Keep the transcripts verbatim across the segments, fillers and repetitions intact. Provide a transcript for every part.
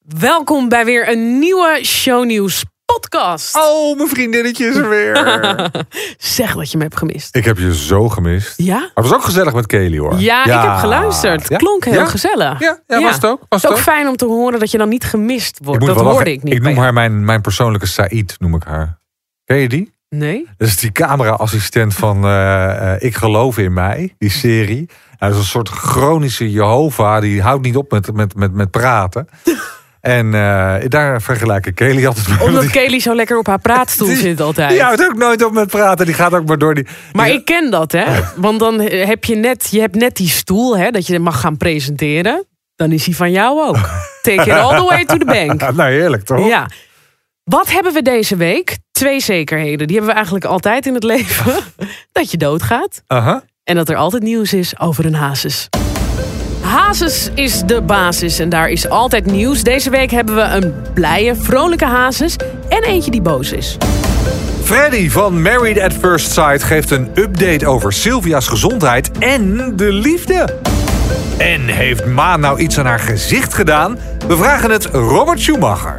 Welkom bij weer een nieuwe Shownieuws podcast. Oh, mijn vriendinnetje is er weer. Zeg dat je me hebt gemist. Ik heb je zo gemist. Ja? Maar het was ook gezellig met Kelly, hoor. Ja, ja. Ik heb geluisterd. Het ja? klonk heel ja? gezellig. Ja, ja, was het ook. Was het is het ook fijn om te horen dat je dan niet gemist wordt. Ik dat hoorde lachen. ik niet. Ik noem haar mijn, mijn persoonlijke Saïd, noem ik haar. Ken je die? Nee. Dat is die camera-assistent van uh, uh, Ik geloof in mij, die serie. Hij is een soort chronische Jehovah. Die houdt niet op met, met, met, met praten. En uh, daar vergelijk ik Kelly altijd mee. Omdat die, Kelly zo lekker op haar praatstoel die, zit altijd. Die houdt ook nooit op met praten. Die gaat ook maar door die... Maar die, ik ken dat, hè. Want dan heb je net, je hebt net die stoel, hè, dat je mag gaan presenteren. Dan is hij van jou ook. Take it all the way to the bank. Nou, heerlijk, toch? Ja. Wat hebben we deze week? Twee zekerheden. Die hebben we eigenlijk altijd in het leven. Dat je doodgaat. Uh-huh. En dat er altijd nieuws is over een hazes. Hazes is de basis en daar is altijd nieuws. Deze week hebben we een blije, vrolijke hazes en eentje die boos is. Freddy van Married at First Sight geeft een update over Sylvia's gezondheid en de liefde. En heeft Ma nou iets aan haar gezicht gedaan? We vragen het Robert Schumacher.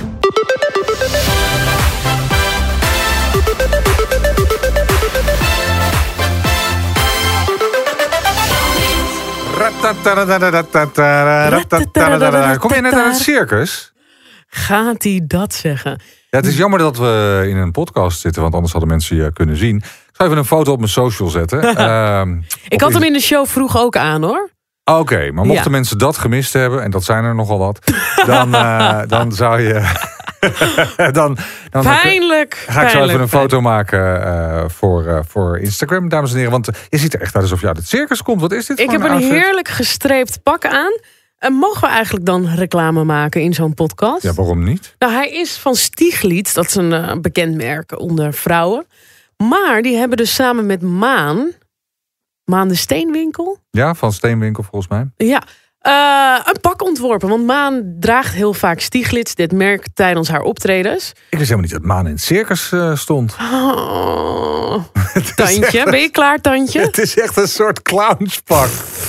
Kom je net uit het circus? Gaat hij dat zeggen? Ja, het is jammer dat we in een podcast zitten, want anders hadden mensen je kunnen zien. Ik zal even een foto op mijn social zetten. uh, Ik had hem in de show vroeg ook aan, hoor. Oké, okay, maar mochten ja. mensen dat gemist hebben, en dat zijn er nogal wat, dan, uh, dan zou je... dan, dan pijnlijk. Ga ik zo even een foto maken uh, voor, uh, voor Instagram, dames en heren. Want uh, je ziet er echt uit alsof je uit het circus komt. Wat is dit Ik voor heb een een outfit? heerlijk gestreept pak aan. En mogen we eigenlijk dan reclame maken in zo'n podcast? Ja, waarom niet? Nou, hij is van Stieglitz. Dat is een uh, bekend merk onder vrouwen. Maar die hebben dus samen met Maan... Maan de Steenwinkel? Ja, van Steenwinkel volgens mij. Ja, uh, een pak ontworpen. Want Maan draagt heel vaak Stieglitz, dit merk, tijdens haar optredens. Ik wist helemaal niet dat Maan in het circus uh, stond. Oh, tandje, een... ben je klaar, tandje? Het is echt een soort clownspak.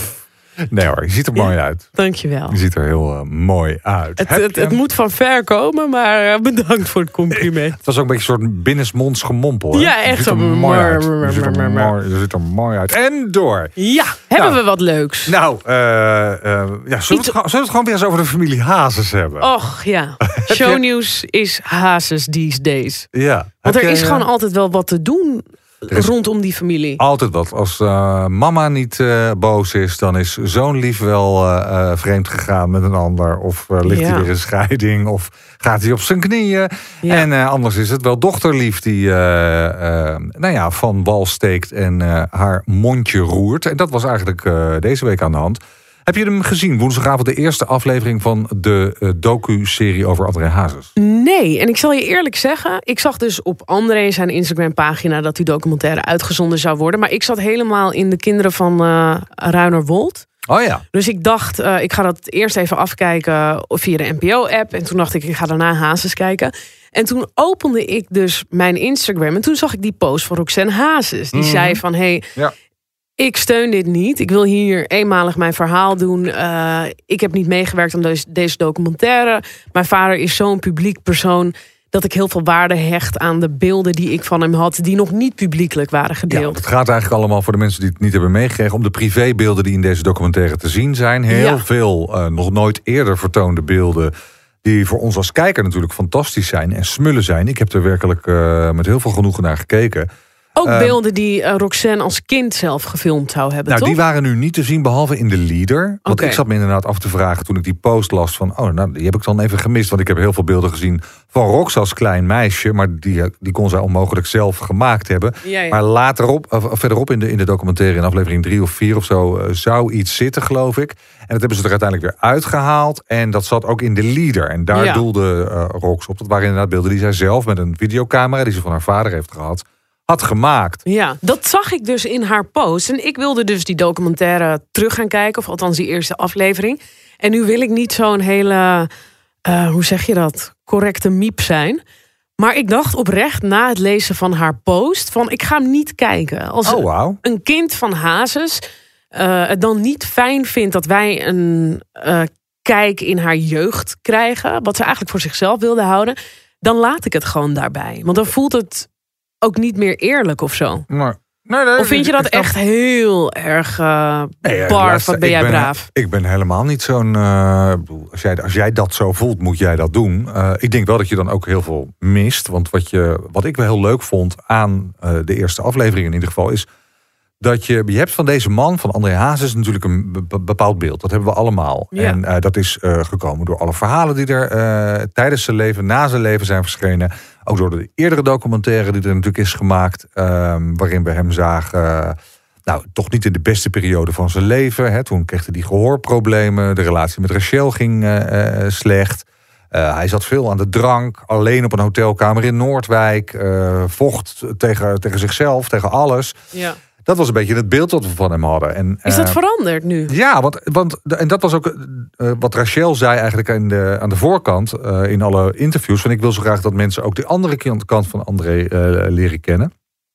Nee hoor, je ziet er mooi ja, uit. Dankjewel. Je ziet er heel uh, mooi uit. Het, het, het moet van ver komen, maar uh, bedankt voor het compliment. Het was ook een beetje een soort binnensmonds gemompel. Hè? Ja, echt. Je ziet er mooi uit. Je ziet er mooi, je ziet er mooi uit. En door. Ja, hebben nou, we wat leuks. Nou, uh, uh, ja, zullen, we het, zullen we het gewoon weer eens over de familie Hazes hebben? Och ja, shownieuws is Hazes these days. Ja. Want er je, is gewoon altijd wel wat te doen rondom die familie. Altijd wat. Als uh, mama niet uh, boos is, dan is zoon lief wel uh, uh, vreemd gegaan met een ander. Of uh, ligt ja. hij weer in scheiding. Of gaat hij op zijn knieën. Ja. En uh, anders is het wel dochterlief die uh, uh, nou ja, van wal steekt en uh, haar mondje roert. En dat was eigenlijk uh, deze week aan de hand. Heb je hem gezien? Woensdagavond de eerste aflevering van de uh, docu-serie over André Hazes. Nee, en ik zal je eerlijk zeggen, ik zag dus op André zijn Instagram-pagina dat die documentaire uitgezonden zou worden. Maar ik zat helemaal in de kinderen van uh, Ruinerwold. Oh ja. Dus ik dacht, uh, ik ga dat eerst even afkijken via de N P O-app. En toen dacht ik, ik ga daarna Hazes kijken. En toen opende ik dus mijn Instagram. En toen zag ik die post van Roxanne Hazes. Die mm-hmm. zei van, hey, ja. ik steun dit niet. Ik wil hier eenmalig mijn verhaal doen. Uh, ik heb niet meegewerkt aan deze, deze documentaire. Mijn vader is zo'n publiek persoon dat ik heel veel waarde hecht aan de beelden die ik van hem had, die nog niet publiekelijk waren gedeeld. Ja, het gaat eigenlijk allemaal, voor de mensen die het niet hebben meegekregen, om de privébeelden die in deze documentaire te zien zijn. Heel ja. veel uh, nog nooit eerder vertoonde beelden die voor ons als kijker natuurlijk fantastisch zijn en smullen zijn. Ik heb er werkelijk uh, met heel veel genoegen naar gekeken. Ook uh, beelden die uh, Roxanne als kind zelf gefilmd zou hebben, nou, toch? Die waren nu niet te zien, behalve in de leader. Want okay. ik zat me inderdaad af te vragen toen ik die post las van, oh, nou, die heb ik dan even gemist. Want ik heb heel veel beelden gezien van Rox als klein meisje. Maar die, die kon zij onmogelijk zelf gemaakt hebben. Ja, ja. Maar laterop, of verderop in de, in de documentaire, in aflevering drie of vier of zo, uh, zou iets zitten, geloof ik. En dat hebben ze er uiteindelijk weer uitgehaald. En dat zat ook in de leader. En daar ja. doelde uh, Rox op. Dat waren inderdaad beelden die zij zelf met een videocamera, die ze van haar vader heeft gehad, had gemaakt. Ja, dat zag ik dus in haar post. En ik wilde dus die documentaire terug gaan kijken. Of althans die eerste aflevering. En nu wil ik niet zo'n hele, uh, hoe zeg je dat, correcte miep zijn. Maar ik dacht oprecht na het lezen van haar post van, ik ga hem niet kijken. Als oh, wow. een kind van Hazes uh, het dan niet fijn vindt dat wij een uh, kijk in haar jeugd krijgen, wat ze eigenlijk voor zichzelf wilde houden, dan laat ik het gewoon daarbij. Want dan voelt het ook niet meer eerlijk of zo. Maar, nee, nee, of vind je dat snap... echt heel erg uh, nee, bar? luister, Wat ben jij ik ben, braaf? Ik ben helemaal niet zo'n... Uh, als, jij, als jij dat zo voelt, moet jij dat doen. Uh, ik denk wel dat je dan ook heel veel mist. Want wat, je, wat ik wel heel leuk vond aan uh, de eerste aflevering in ieder geval is dat je, je hebt van deze man, van André Hazes, natuurlijk een be- bepaald beeld. Dat hebben we allemaal. Ja. En uh, dat is uh, gekomen door alle verhalen die er uh, tijdens zijn leven, na zijn leven zijn verschenen. Ook door de eerdere documentaire die er natuurlijk is gemaakt. Uh, waarin we hem zagen, uh, nou, toch niet in de beste periode van zijn leven. Hè. Toen kreeg hij die gehoorproblemen. De relatie met Rachel ging uh, uh, slecht. Uh, hij zat veel aan de drank, alleen op een hotelkamer in Noordwijk. Uh, vocht tegen, tegen zichzelf, tegen alles. Ja. Dat was een beetje het beeld dat we van hem hadden. En, is dat uh, veranderd nu? Ja, want, want en dat was ook uh, wat Rachel zei eigenlijk aan de, aan de voorkant uh, in alle interviews. Van ik wil zo graag dat mensen ook de andere kant van André uh, leren kennen.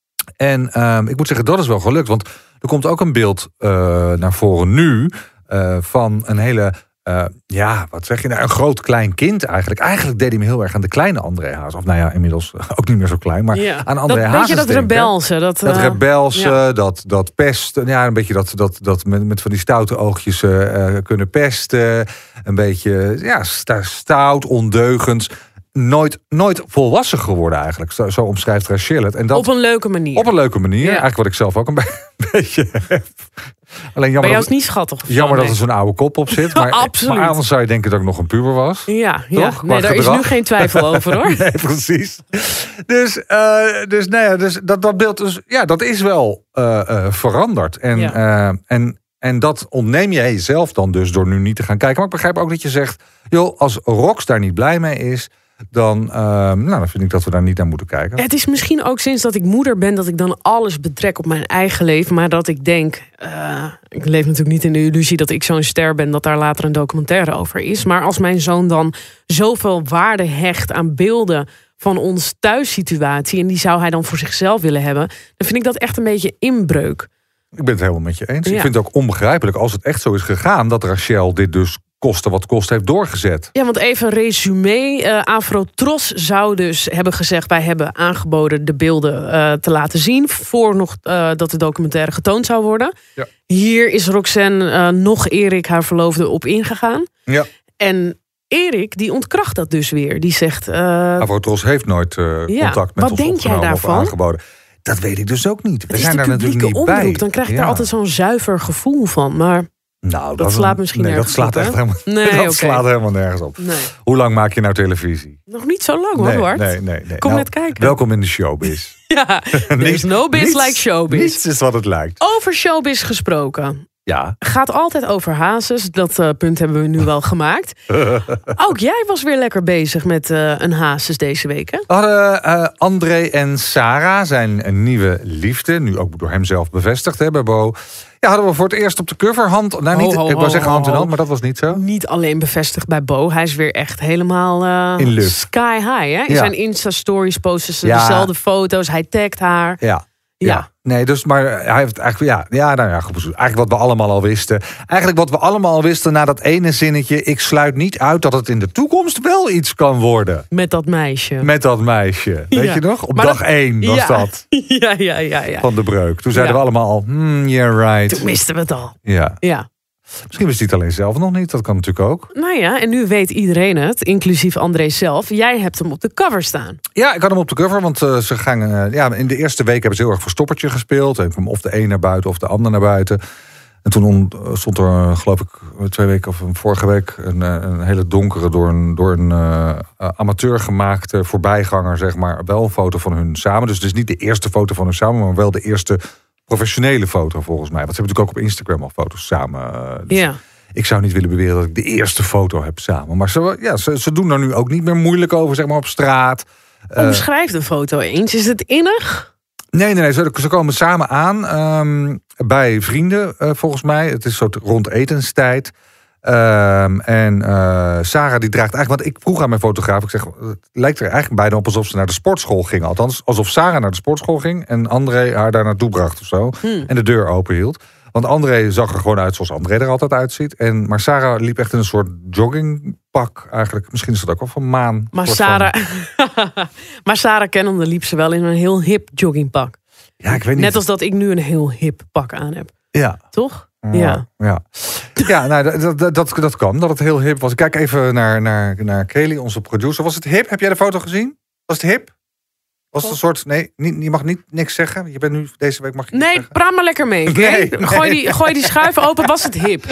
En uh, ik moet zeggen, dat is wel gelukt. Want er komt ook een beeld uh, naar voren nu uh, van een hele... Uh, ja, wat zeg je nou? Een groot klein kind eigenlijk. Eigenlijk deed hij me heel erg aan de kleine André Hazes. Of nou ja, inmiddels ook niet meer zo klein. Maar ja. aan André dat, Hazes. Weet je, dat rebelse. Dat, dat uh, rebelse, ja. dat, dat pesten. Ja, een beetje dat, dat, dat met, met van die stoute oogjes uh, kunnen pesten. Een beetje ja, stout, ondeugend. Nooit, nooit volwassen geworden eigenlijk. Zo, zo omschrijft Rachel het. En dat, op een leuke manier. Op een leuke manier. Ja. Eigenlijk wat ik zelf ook een beetje heb. Alleen jammer, maar jou dat, is niet schattig. jammer nee. dat er zo'n oude kop op zit. Maar, Absoluut. maar anders zou je denken dat ik nog een puber was. Ja, ja. Toch? Nee, daar is nu geen twijfel over hoor. Nee, precies. Dus, uh, dus, nou ja, dus dat, dat beeld dus, ja, dat is wel uh, uh, veranderd. En, ja. uh, en, en dat ontneem jij jezelf dan dus door nu niet te gaan kijken. Maar ik begrijp ook dat je zegt, joh, als Rox daar niet blij mee is, dan, uh, nou, dan vind ik dat we daar niet naar moeten kijken. Ja, het is misschien ook sinds dat ik moeder ben dat ik dan alles betrek op mijn eigen leven. Maar dat ik denk, uh, ik leef natuurlijk niet in de illusie dat ik zo'n ster ben dat daar later een documentaire over is. Maar als mijn zoon dan zoveel waarde hecht aan beelden van ons thuissituatie en die zou hij dan voor zichzelf willen hebben, dan vind ik dat echt een beetje inbreuk. Ik ben het helemaal met je eens. Ja. Ik vind het ook onbegrijpelijk als het echt zo is gegaan dat Rachel dit dus kosten wat kost heeft doorgezet. Ja, want even een resume. Uh, Afrotros zou dus hebben gezegd, wij hebben aangeboden de beelden uh, te laten zien voor nog uh, dat de documentaire getoond zou worden. Ja. Hier is Roxanne uh, nog Erik, haar verloofde, op ingegaan. Ja. En Erik, die ontkracht dat dus weer. Die zegt... Uh, Afrotros heeft nooit uh, ja. contact met Wat ons denk opgenomen jij daarvan? of aangeboden. Dat weet ik dus ook niet. We het zijn is daar de natuurlijk niet omroep. bij. Dan krijg je ja. daar altijd zo'n zuiver gevoel van. Maar nou, dat, dat slaat een, misschien nee, nergens dat slaat op. Echt helemaal, nee, dat okay. slaat helemaal nergens op. Nee. Hoe lang maak je nou televisie? Nog niet zo lang hoor, nee, Bart. Nee, nee, nee. Kom nou, net kijken. Welkom in de showbiz. Ja, there's no biz niets, like showbiz. Niets is wat het lijkt. Over showbiz gesproken. Ja. Gaat altijd over Hazes. Dat uh, punt hebben we nu wel gemaakt. Ook jij was weer lekker bezig met uh, een Hazes deze week, hè? We hadden uh, André en Sarah, zijn een nieuwe liefde. Nu ook door hem zelf bevestigd, hè, bij Bo. Ja, hadden we voor het eerst op de cover hand. Nou, niet, ho, ho, ik wou zeggen ho, hand in ho. hand, maar dat was niet zo. Niet alleen bevestigd bij Bo. Hij is weer echt helemaal uh, in lucht. Sky high, hè? In ja. zijn Insta-stories posten ze ja. dezelfde foto's. Hij tagt haar. Ja. Ja. ja. Nee, dus maar hij heeft eigenlijk ja, ja, nou ja, goed, eigenlijk wat we allemaal al wisten. Eigenlijk wat we allemaal al wisten na dat ene zinnetje. Ik sluit niet uit dat het in de toekomst wel iets kan worden. Met dat meisje. Met dat meisje. Weet ja. je nog? Op maar dag dat, één was ja. dat. Ja, ja, ja, ja. Van de breuk. Toen zeiden ja. we allemaal al, hmm, yeah, right. Toen wisten we het al. Ja. Ja. Misschien wist hij het alleen zelf nog niet. Dat kan natuurlijk ook. Nou ja, en nu weet iedereen het, inclusief André zelf. Jij hebt hem op de cover staan. Ja, ik had hem op de cover, want uh, ze gaan, uh, ja, in de eerste week hebben ze heel erg verstoppertje gespeeld. En kwam of de een naar buiten of de ander naar buiten. En toen on, stond er, uh, geloof ik, twee weken of vorige week een, een hele donkere, door een, door een uh, amateur gemaakte voorbijganger, zeg maar, wel een foto van hun samen. Dus het is niet de eerste foto van hun samen, maar wel de eerste professionele foto volgens mij. Want ze hebben natuurlijk ook op Instagram al foto's samen. Uh, dus ja. Ik zou niet willen beweren dat ik de eerste foto heb samen. Maar ze, ja, ze, ze doen er nu ook niet meer moeilijk over, zeg maar, op straat. Omschrijf de foto eens. Is het innig? Nee, nee, nee. Ze, ze komen samen aan um, bij vrienden, uh, volgens mij. Het is zo rond etenstijd. Um, en uh, Sarah die draagt eigenlijk... Want ik vroeg aan mijn fotograaf, ik zeg... Het lijkt er eigenlijk bijna op alsof ze naar de sportschool ging. Althans, alsof Sarah naar de sportschool ging... en André haar daar naartoe bracht of zo. Hmm. En de deur open hield. Want André zag er gewoon uit zoals André er altijd uitziet. En, maar Sarah liep echt in een soort joggingpak eigenlijk. Misschien is dat ook wel van Maan. Maar Sarah, van... maar Sarah kennende liep ze wel in een heel hip joggingpak. Ja, ik weet niet. Net als dat ik nu een heel hip pak aan heb. Ja. Toch? Ja. Ja, ja. ja nou, dat, dat, dat, dat kan, dat het heel hip was. Ik kijk even naar, naar, naar Kelly, onze producer. Was het hip? Heb jij de foto gezien? Was het hip? Was het een soort... Nee, niet, je mag niet niks zeggen. Je bent nu deze week mag je niet Nee, zeggen. praat maar lekker mee. Okay? Nee, nee. Gooi, die, gooi die schuiven open. Was het hip?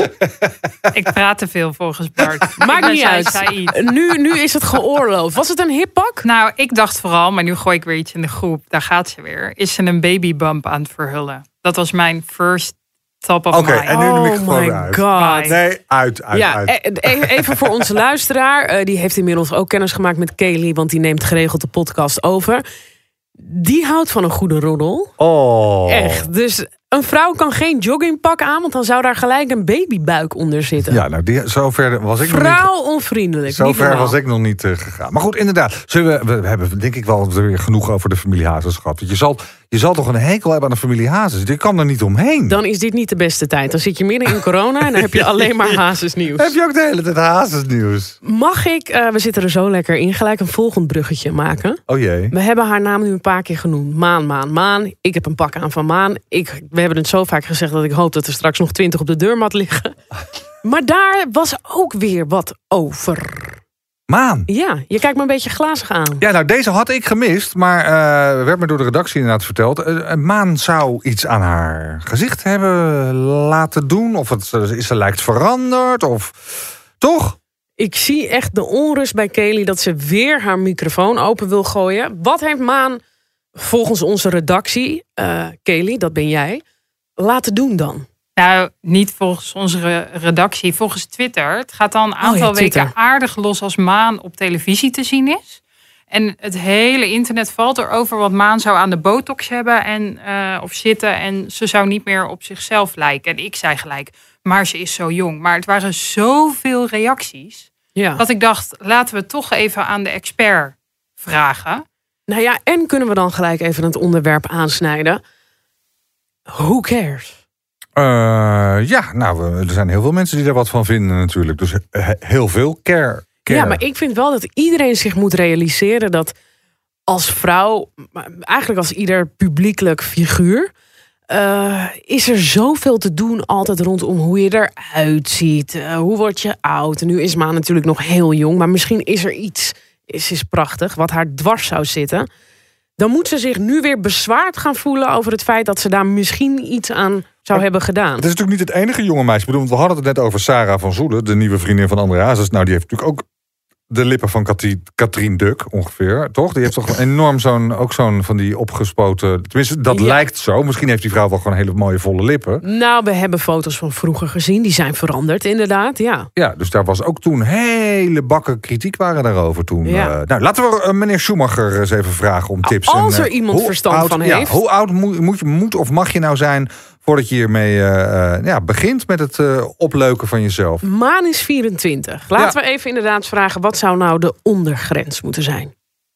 Ik praat te veel volgens Bart. Maakt niet uit. Nu, nu is het geoorloofd. Was het een hip pak? Nou, ik dacht vooral, maar nu gooi ik weer iets in de groep. Daar gaat ze weer. Is ze een babybump aan het verhullen? Dat was mijn first top of Oké, mind. en nu de oh microfoon my uit. god. Nee, uit, uit, ja, uit. Even voor onze luisteraar. Die heeft inmiddels ook kennis gemaakt met Kelly. Want die neemt geregeld de podcast over. Die houdt van een goede roddel. Oh. Echt. Dus een vrouw kan geen joggingpak aan, want dan zou daar gelijk een babybuik onder zitten. Ja, nou, die, zover was ik nog niet. Vrouw onvriendelijk. Zover was ik nog niet uh, gegaan. Maar goed, inderdaad. Zullen we, we hebben denk ik wel weer genoeg over de familie Hazes gehad. Want je zal, je zal toch een hekel hebben aan de familie Hazes. Je kan er niet omheen. Dan is dit niet de beste tijd. Dan zit je midden in corona en dan heb je alleen maar Hazes nieuws. Heb je ook de hele tijd Hazes nieuws? Mag ik, uh, we zitten er zo lekker in, gelijk een volgend bruggetje maken? Oh jee. We hebben haar naam nu een paar keer genoemd. Maan, Maan, Maan. Ik heb een pak aan van Maan. Ik, we hebben het zo vaak gezegd dat ik hoop dat er straks nog twintig op de deurmat liggen. Maar daar was ook weer wat over. Maan. Ja, je kijkt me een beetje glazig aan. Ja, nou deze had ik gemist, maar uh, werd me door de redactie inderdaad verteld. Uh, Maan zou iets aan haar gezicht hebben laten doen. Of het, is ze lijkt veranderd, of toch? Ik zie echt de onrust bij Kelly dat ze weer haar microfoon open wil gooien. Wat heeft Maan volgens onze redactie, uh, Kelly, dat ben jij, laten doen dan? Nou, niet volgens onze redactie, volgens Twitter. Het gaat al een aantal oh ja, weken aardig los als Maan op televisie te zien is. En het hele internet valt erover wat Maan zou aan de botox hebben en, uh, of zitten. En ze zou niet meer op zichzelf lijken. En ik zei gelijk, maar ze is zo jong. Maar het waren zoveel reacties. Ja. Dat ik dacht, laten we toch even aan de expert vragen. Nou ja, en kunnen we dan gelijk even het onderwerp aansnijden? Who cares? Uh, ja, nou, er zijn heel veel mensen die daar wat van vinden natuurlijk. Dus heel veel care, care. Ja, maar ik vind wel dat iedereen zich moet realiseren dat als vrouw, eigenlijk als ieder publiekelijk figuur, uh, is er zoveel te doen altijd rondom hoe je eruit ziet. Uh, hoe word je oud? En nu is Maan natuurlijk nog heel jong, maar misschien is er iets, is, is prachtig, wat haar dwars zou zitten. Dan moet ze zich nu weer bezwaard gaan voelen over het feit dat ze daar misschien iets aan zou hebben gedaan. Het is natuurlijk niet het enige jonge meisje. Ik bedoel, we hadden het net over Sarah van Zoelen, de nieuwe vriendin van André Hazes. Nou, die heeft natuurlijk ook de lippen van Katrien Duk ongeveer, toch? Die heeft toch enorm zo'n, ook zo'n van die opgespoten. Tenminste, dat ja. lijkt zo. Misschien heeft die vrouw wel gewoon hele mooie volle lippen. Nou, we hebben foto's van vroeger gezien. Die zijn veranderd, inderdaad, ja. Ja, dus daar was ook toen hele bakken kritiek waren daarover toen. Ja. Uh, nou, laten we uh, meneer Schumacher eens even vragen om tips. Als en, er uh, iemand verstand oud, van ja, heeft. Hoe oud moet, moet, je, moet of mag je nou zijn voordat je hiermee uh, uh, ja, begint met het uh, opleuken van jezelf? Maan is vierentwintig. Laten ja. we even inderdaad vragen, wat zou nou de ondergrens moeten zijn?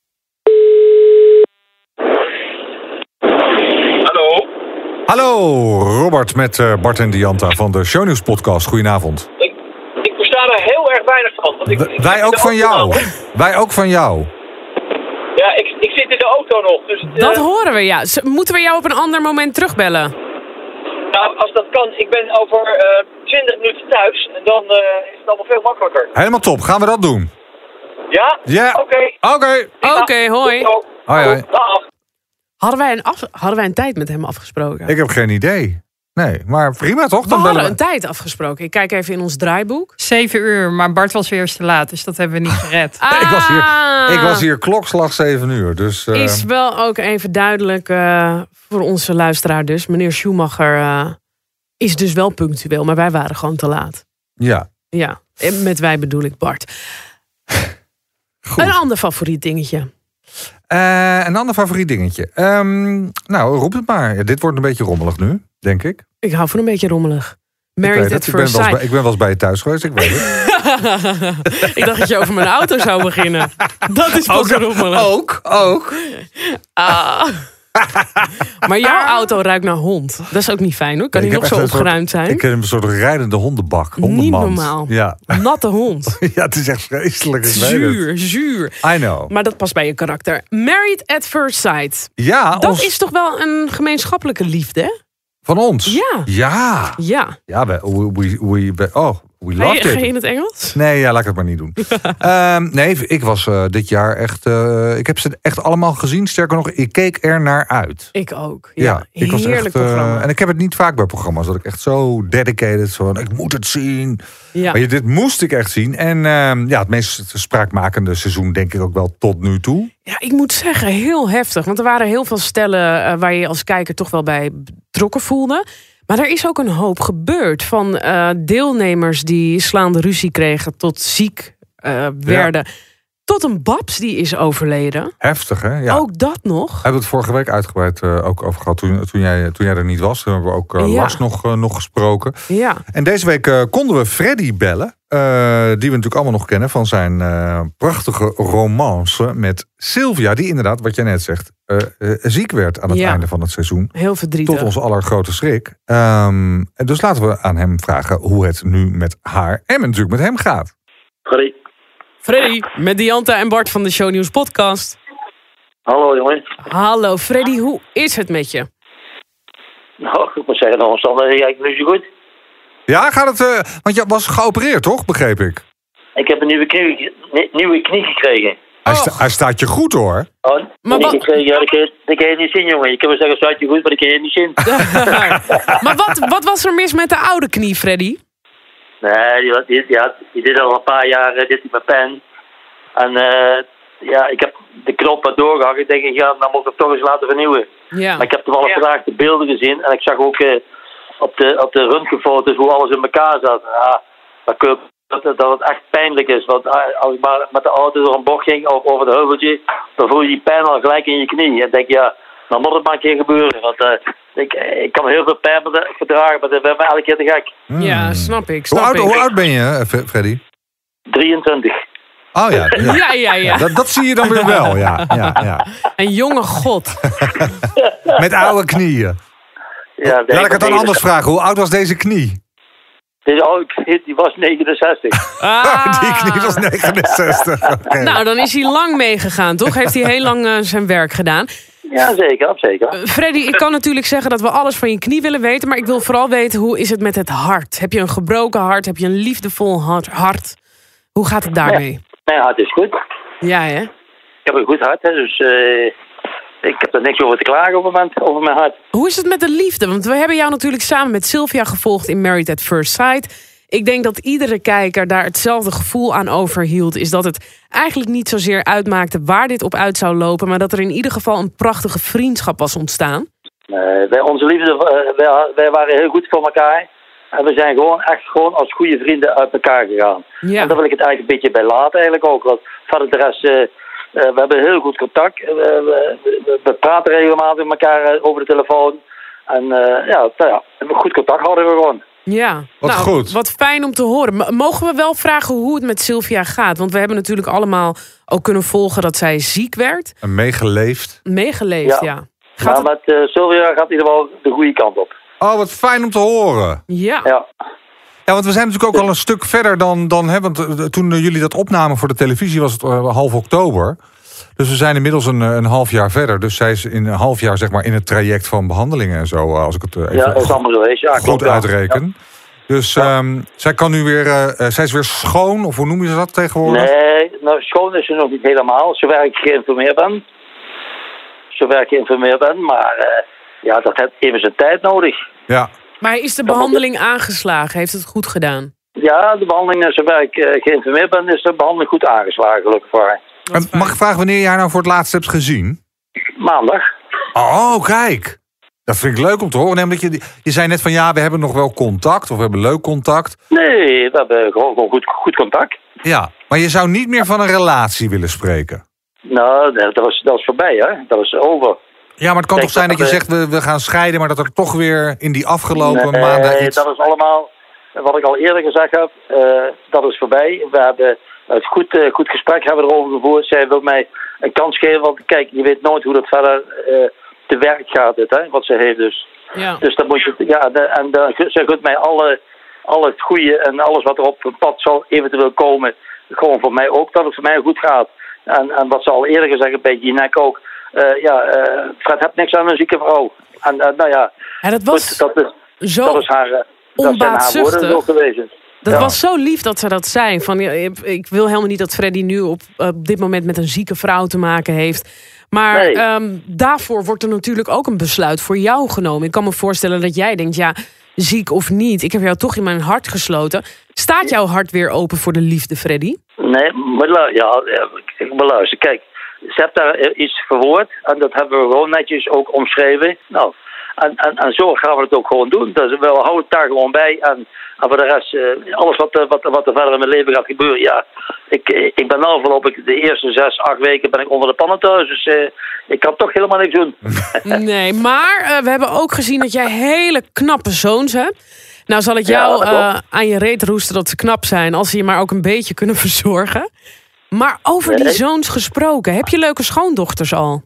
Hallo. Hallo, Robert met uh, Bart en Dianta van de Shownieuws podcast. Goedenavond. Ik, ik versta er heel erg weinig van. Want ik, w- ik wij ook van jou. Auto. Wij ook van jou. Ja, ik, ik zit in de auto nog. Dus, uh... Dat horen we, ja. Moeten we jou op een ander moment terugbellen? Nou, als dat kan. Ik ben over uh, twintig minuten thuis. En dan uh, is het allemaal veel makkelijker. Helemaal top. Gaan we dat doen? Ja? Ja. Oké. Okay. Oké. Okay. Oké, okay, hoi. Hoi, hoi. Dag. Hadden wij, een af, hadden wij een tijd met hem afgesproken? Ik heb geen idee. Nee, maar prima toch? We Dan hadden we... een tijd afgesproken. Ik kijk even in ons draaiboek. Zeven uur, maar Bart was weer eens te laat. Dus dat hebben we niet gered. Ah. ik, was hier, ik was hier klokslag zeven uur. Dus, uh... Is wel ook even duidelijk uh, voor onze luisteraar dus. Meneer Schumacher uh, is dus wel punctueel. Maar wij waren gewoon te laat. Ja. Ja, en met wij bedoel ik Bart. Goed. Een ander favoriet dingetje. Uh, een ander favoriet dingetje. Um, nou, roep het maar. Ja, dit wordt een beetje rommelig nu, denk ik. Ik hou van een beetje rommelig. Married at first sight. Ik, ik ben wel eens bij je thuis geweest, ik weet het. Ik dacht dat je over mijn auto zou beginnen. Dat is pas ook, rommelig. Ook, ook. Ah. Maar jouw auto ruikt naar hond. Dat is ook niet fijn hoor. Kan Ja, die ik nog heb zo echt een opgeruimd soort- zijn? Ik heb een soort rijdende hondenbak. Niet Hondenmand. normaal. Ja. Natte hond. ja, het is echt vreselijk. Ik weet het. Zuur, zuur. I know. Maar dat past bij je karakter. Married at First Sight. Ja, Dat ons, is toch wel een gemeenschappelijke liefde, hè? van ons. Ja. Ja. Ja. Ja, we, we, we, we, oh, we Ga je, loved ga je it. in het Engels? Nee, ja, laat ik het maar niet doen. Ehm, nee, ik was uh, dit jaar echt... Uh, ik heb ze echt allemaal gezien. Sterker nog, ik keek er naar uit. Ik ook. Ja, ik was heerlijk echt, uh, programma. en ik heb het niet vaak bij programma's. Dat ik echt zo dedicated, zo van, ik moet het zien. Ja. Maar je, dit moest ik echt zien. En uh, ja, het meest spraakmakende seizoen denk ik ook wel tot nu toe. Ja, ik moet zeggen, heel heftig. Want er waren heel veel stellen uh, waar je je als kijker toch wel bij betrokken voelde. Maar er is ook een hoop gebeurd van uh, deelnemers die slaande ruzie kregen tot ziek uh, werden. Ja. Tot een Babs die is overleden. Heftig, hè? Ja. Ook dat nog. We hebben het vorige week uitgebreid uh, ook over gehad. Toen, toen, jij, toen jij er niet was, toen hebben we ook uh, ja. Lars nog, uh, nog gesproken. Ja. En deze week uh, konden we Freddy bellen. Uh, die we natuurlijk allemaal nog kennen van zijn uh, prachtige romance met Sylvia. Die inderdaad, wat jij net zegt, uh, uh, ziek werd aan het ja. einde van het seizoen. Heel verdrietig. Tot onze allergrote schrik. Um, dus laten we aan hem vragen hoe het nu met haar en natuurlijk met hem gaat. Freddy. Freddy, met Dianta en Bart van de Shownieuws podcast. Hallo jongen. Hallo Freddy, hoe is het met je? Nou, ik moet zeggen, de omstandigheden eigenlijk nu zo goed. Ja, gaat het... Uh, want je was geopereerd, toch? Begreep ik. Ik heb een nieuwe knie, nieuwe knie gekregen. Hij, sta, hij staat je goed, hoor. Oh, maar wat... gekregen, ja, dat kan, je, dat kan je niet zien, jongen. Je kan wel zeggen, staat je goed, maar dat kan je niet zien. Maar wat, wat was er mis met de oude knie, Freddy? Nee, die, die, die, had, die deed al een paar jaar uh, dit met pen. En uh, ja, ik heb de knop wat doorgehakt. Ik denk, ja, dan moet ik het toch eens laten vernieuwen. Ja. Maar ik heb toevallig ja. vandaag de beelden gezien. En ik zag ook uh, op de, op de röntgenfoto's hoe alles in elkaar zat. Ja, dat, kun, dat, dat het echt pijnlijk is. Want als ik maar met de auto door een bocht ging of over de heuveltje, dan voel je die pijn al gelijk in je knie. En denk ja, dan moet het maar een keer gebeuren. Want uh, ik, ik kan heel veel pijn verdragen, maar dat ben me elke keer te gek. Hmm. Ja, snap ik. Snap hoe, oud, ik. hoe oud ben je, Freddy? drieëntwintig. Oh ja. Ja, ja, ja. ja. Dat, dat zie je dan weer wel, ja. ja, ja. Een jonge god. Met oude knieën. Ja, laat ik het dan anders vragen. Hoe oud was deze knie? Deze oude knie die was negenenzestig. Ah. Die knie was negenenzestig. Okay. Nou, dan is hij lang meegegaan, toch? Heeft hij heel lang uh, zijn werk gedaan. Ja, zeker, zeker. Uh, Freddy, ik kan natuurlijk zeggen dat we alles van je knie willen weten, maar ik wil vooral weten, hoe is het met het hart? Heb je een gebroken hart? Heb je een liefdevol hart? Hoe gaat het daarmee? Mijn hart is goed. Ja, hè? Ik heb een goed hart, hè, dus uh, ik heb er niks over te klagen op het moment, over mijn hart. Hoe is het met de liefde? Want we hebben jou natuurlijk samen met Sylvia gevolgd in Married at First Sight. Ik denk dat iedere kijker daar hetzelfde gevoel aan overhield. Is dat het eigenlijk niet zozeer uitmaakte waar dit op uit zou lopen, maar dat er in ieder geval een prachtige vriendschap was ontstaan. Uh, wij, onze liefde, uh, wij, wij waren heel goed voor elkaar. En we zijn gewoon echt gewoon als goede vrienden uit elkaar gegaan. Ja. En daar wil ik het eigenlijk een beetje bij laten eigenlijk ook. Want verder de rest, uh, uh, we hebben heel goed contact. Uh, we, we, we praten regelmatig met elkaar uh, over de telefoon. En uh, ja, nou ja, goed contact hadden we gewoon. Ja, wat nou, goed. Wat fijn om te horen. M- mogen we wel vragen hoe het met Sylvia gaat? Want we hebben natuurlijk allemaal ook kunnen volgen dat zij ziek werd. En meegeleefd. Meegeleefd, ja. ja. Gaat maar het... met uh, Sylvia gaat in ieder geval de goede kant op. Oh, wat fijn om te horen. Ja. Ja. Ja, want we zijn natuurlijk ook al een stuk verder dan... dan hè, want uh, toen uh, jullie dat opnamen voor de televisie was het uh, half oktober. Dus we zijn inmiddels een, een half jaar verder. Dus zij is in een half jaar zeg maar in het traject van behandelingen en zo. Als ik het uh, even ja, dat is allemaal geweest. Ja, goed klopt, uitreken. Ja. Dus ja. um, zij kan nu weer... Uh, zij is weer schoon, of hoe noem je dat tegenwoordig? Nee, nou schoon is ze nog niet helemaal. Zover ik geïnformeerd ben. Zover ik geïnformeerd ben. Maar uh, ja, dat heeft even zijn tijd nodig. Ja. Maar is de behandeling aangeslagen? Heeft het goed gedaan? Ja, de behandeling, zover ik uh, geïnformeerd ben, is de behandeling goed aangeslagen, gelukkig voor haar. En mag ik vragen wanneer je haar nou voor het laatst hebt gezien? Maandag. Oh, kijk. Dat vind ik leuk om te horen. Nee, omdat je, je zei net van ja, we hebben nog wel contact. Of we hebben leuk contact. Nee, we hebben gewoon, gewoon goed, goed contact. Ja, maar je zou niet meer van een relatie willen spreken. Nou, dat was, dat was voorbij, hè. Dat was over. Ja, maar het kan Denk toch zijn dat, dat je we... zegt we, we gaan scheiden... maar dat er toch weer in die afgelopen nee, maanden iets... Nee, dat is allemaal, wat ik al eerder gezegd heb, uh, dat is voorbij. We hebben het goed, uh, goed gesprek hebben we erover gevoerd. Zij wil mij een kans geven, want kijk, je weet nooit hoe dat verder uh, te werk gaat het, hè, wat ze heeft dus. Ja. Dus dan moet je, ja, de, en de, ze gunt mij alle, alle het goede en alles wat er op het pad zal eventueel komen, gewoon voor mij ook, dat het voor mij goed gaat. En, en wat ze al eerder gezegd, een beetje Jinek ook, uh, ja, uh, Fred hebt niks aan een zieke vrouw. En uh, nou ja, En dat was goed, dat is, zo dat is haar, uh, dat zijn haar woorden zo geweest. Dat ja. was zo lief dat ze dat zei. Van, ja, ik wil helemaal niet dat Freddy nu op, op dit moment met een zieke vrouw te maken heeft. Maar nee. um, daarvoor wordt er natuurlijk ook een besluit voor jou genomen. Ik kan me voorstellen dat jij denkt, ja, ziek of niet. Ik heb jou toch in mijn hart gesloten. Staat jouw hart weer open voor de liefde, Freddy? Nee, maar ja, ik wil luisteren. Kijk, ze heeft daar iets verwoord. En dat hebben we gewoon netjes ook omschreven. Nou, en, en, en zo gaan we het ook gewoon doen. Dus we houden het daar gewoon bij. En, en voor de rest, uh, alles wat, uh, wat, wat er verder in mijn leven gaat gebeuren. Ja, ik, ik ben nou voorlopig de eerste zes, acht weken ben ik onder de pannen thuis. Dus uh, ik kan toch helemaal niks doen. Nee, maar uh, we hebben ook gezien dat jij hele knappe zoons hebt. Nou zal ik jou ja, uh, aan je reet roesten dat ze knap zijn. Als ze je maar ook een beetje kunnen verzorgen. Maar over nee. die zoons gesproken. Heb je leuke schoondochters al?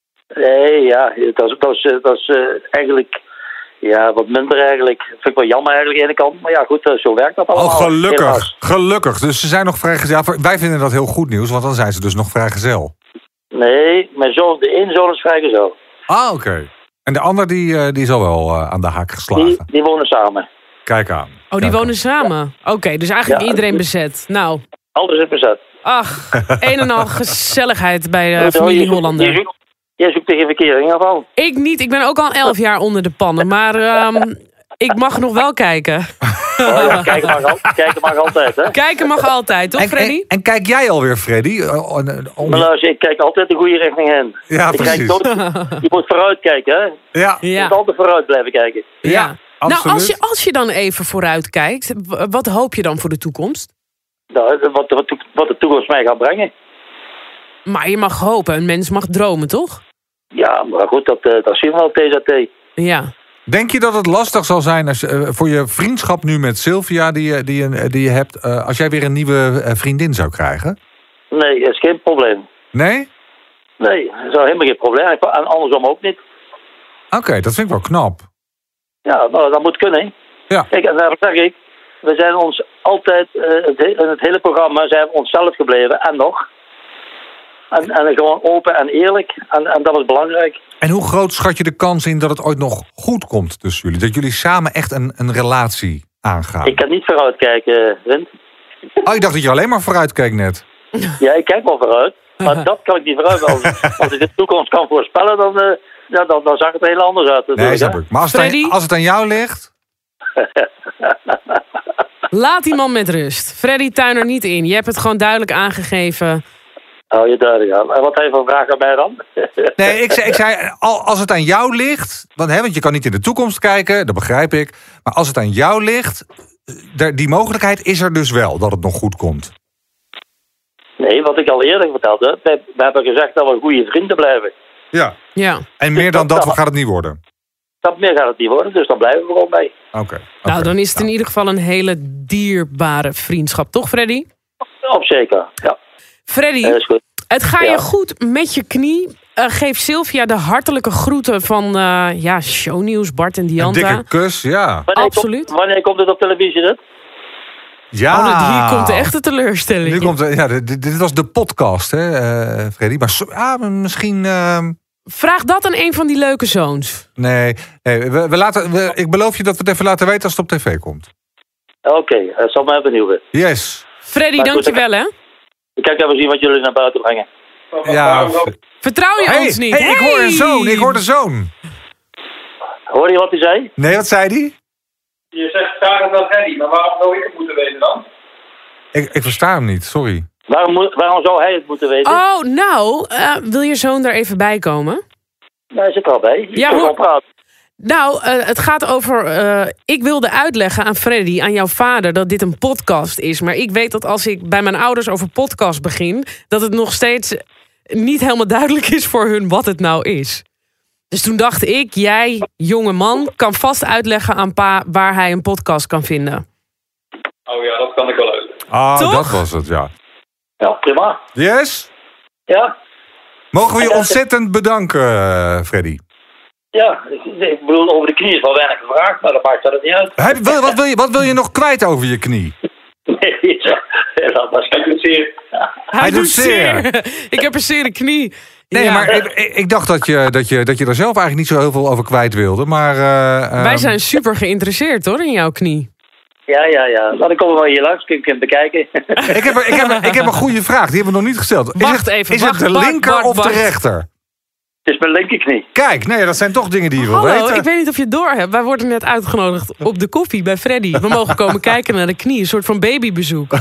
Nee, ja. Dat is, dat is, dat is uh, eigenlijk... Ja, wat minder eigenlijk. Vind ik wel jammer eigenlijk aan de ene kant. Maar ja, goed, uh, zo werkt dat allemaal. Oh, gelukkig. Helaas. Gelukkig. Dus ze zijn nog vrijgezel. Ja, wij vinden dat heel goed nieuws, want dan zijn ze dus nog vrijgezel. Nee, mijn zoon, de ene zoon is vrijgezel. Ah, oké. Okay. En de ander die, uh, die is al wel uh, aan de haak geslagen? Die, die wonen samen. Kijk aan. Oh, die Kijk wonen aan. samen? Oké, okay, dus eigenlijk ja, iedereen bezet. Nou. Alles is bezet. Ach, een en al gezelligheid bij de familie Hollander. Je zoekt, je zoekt tegen verkering of al? Ik niet, ik ben ook al elf jaar onder de pannen. Maar um, ik mag nog wel kijken. Oh ja, kijken mag, al, kijken mag altijd, hè? Kijken mag altijd, toch, Freddy? En, en, en kijk jij alweer, Freddy? Om... Maar luister, ik kijk altijd de goede richting heen. Ja, ik precies. Kijk tot, je moet vooruit kijken, hè? Ja. Je moet altijd vooruit blijven kijken. Ja, ja absoluut. Nou, als je, als je dan even vooruit kijkt, wat hoop je dan voor de toekomst? Nou, wat, wat, wat de toekomst mij gaat brengen. Maar je mag hopen, een mens mag dromen, toch? Ja, maar goed, dat, dat zien we al, T Z T. Ja. Denk je dat het lastig zal zijn als, uh, voor je vriendschap nu met Sylvia die je, die je, die je hebt, uh, als jij weer een nieuwe uh, vriendin zou krijgen? Nee, dat is geen probleem. Nee? Nee, dat is helemaal geen probleem. En andersom ook niet. Oké, okay, dat vind ik wel knap. Ja, nou, dat moet kunnen. Ja. Kijk, en daarom zeg ik, we zijn ons altijd, uh, het, in het hele programma zijn we onszelf gebleven en nog. En, en gewoon open en eerlijk. En, en dat is belangrijk. En hoe groot schat je de kans in dat het ooit nog goed komt tussen jullie? Dat jullie samen echt een, een relatie aangaan? Ik kan niet vooruit kijken, Rint. Oh, ik dacht dat je alleen maar vooruit keek net. Ja, ik kijk wel vooruit. Maar dat kan ik niet vooruit. Als, als ik de toekomst kan voorspellen, dan, uh, ja, dan, dan zag het er heel anders uit. Nee, snap ik. Maar als het, aan, als het aan jou ligt... Laat die man met rust. Freddy, tuin er niet in. Je hebt het gewoon duidelijk aangegeven... Oh, je duidelijk aan. En wat heeft een vraag aan mij dan? Nee, ik zei, ik zei als het aan jou ligt... Want, hè, want je kan niet in de toekomst kijken, dat begrijp ik. Maar als het aan jou ligt... Die mogelijkheid is er dus wel, dat het nog goed komt. Nee, wat ik al eerder vertelde. We, we hebben gezegd dat we goede vrienden blijven. Ja. ja. En meer dan dat gaat het niet worden? Dat meer gaat het niet worden, dus dan blijven we gewoon bij. Oké. Okay, nou, okay. dan is het in ieder geval een hele dierbare vriendschap. Toch, Freddy? Op zeker, ja. Freddy, ja, is goed. Het gaat ja. je goed met je knie. Uh, geef Sylvia de hartelijke groeten van uh, ja, Shownieuws, Bart en Dianta. Een dikke kus, ja. Wanneer Absoluut. Komt, wanneer komt het op televisie, dit? Ja. Oh, hier komt de echte teleurstelling. Nu komt de, ja, dit, dit was de podcast, hè, uh, Freddy. Maar ah, misschien... Uh... Vraag dat aan een van die leuke zoons. Nee, nee we, we laten, we, ik beloof je dat we het even laten weten als het op tv komt. Oké, okay, dat zal mij benieuwen. Yes. Freddy, maar dankjewel, hè. Ik kan even zien wat jullie naar buiten brengen. Ja. Vertrouw je hey, ons niet? Hey, hey, ik hoor een zoon, ik hoor de zoon. Hoor je wat hij zei? Nee, wat zei hij? Je zegt vraag het aan Freddy, maar waarom zou ik het moeten weten dan? Ik, ik versta hem niet, sorry. Waarom, moet, waarom zou hij het moeten weten? Oh, nou, uh, wil je zoon er even bij komen? Nee, hij zit er al bij. Ik ja, kan wel praten. Nou, uh, het gaat over... Uh, ik wilde uitleggen aan Freddy, aan jouw vader, dat dit een podcast is. Maar ik weet dat als ik bij mijn ouders over podcast begin... dat het nog steeds niet helemaal duidelijk is voor hun wat het nou is. Dus toen dacht ik, jij, jonge man, kan vast uitleggen aan pa... waar hij een podcast kan vinden. Oh ja, dat kan ik wel uit. Ah, Toch? Dat was het, ja. Ja, prima. Yes? Ja. Mogen we je ontzettend bedanken, Freddy? Ja, ik bedoel, over de knie is wel weinig gevraagd, maar dat maakt dat niet uit. Heb, wat, wat, wil je, wat wil je nog kwijt over je knie? Nee, dat was Hij doet zeer. Hij, Hij doet doet zeer. zeer. Ik heb een zere knie. Nee, Ja. maar ik, ik- ik dacht dat je, dat, je, dat je er zelf eigenlijk niet zo heel veel over kwijt wilde. Maar, uh, Wij um, zijn super geïnteresseerd hoor in jouw knie. Ja, ja, ja. Nou, dan komen we wel hier langs, kun je hem bekijken. ik, heb, ik, heb, ik heb een goede vraag, die hebben we nog niet gesteld. Is Wacht het, even, Is wacht, het de Bart, linker Bart, of Bart. de rechter? Het is mijn linkerknie. Kijk, nee, dat zijn toch dingen die je wil Hallo, weten. ik weet niet of je het door hebt. Wij worden net uitgenodigd op de koffie bij Freddy. We mogen komen kijken naar de knie. Een soort van babybezoek.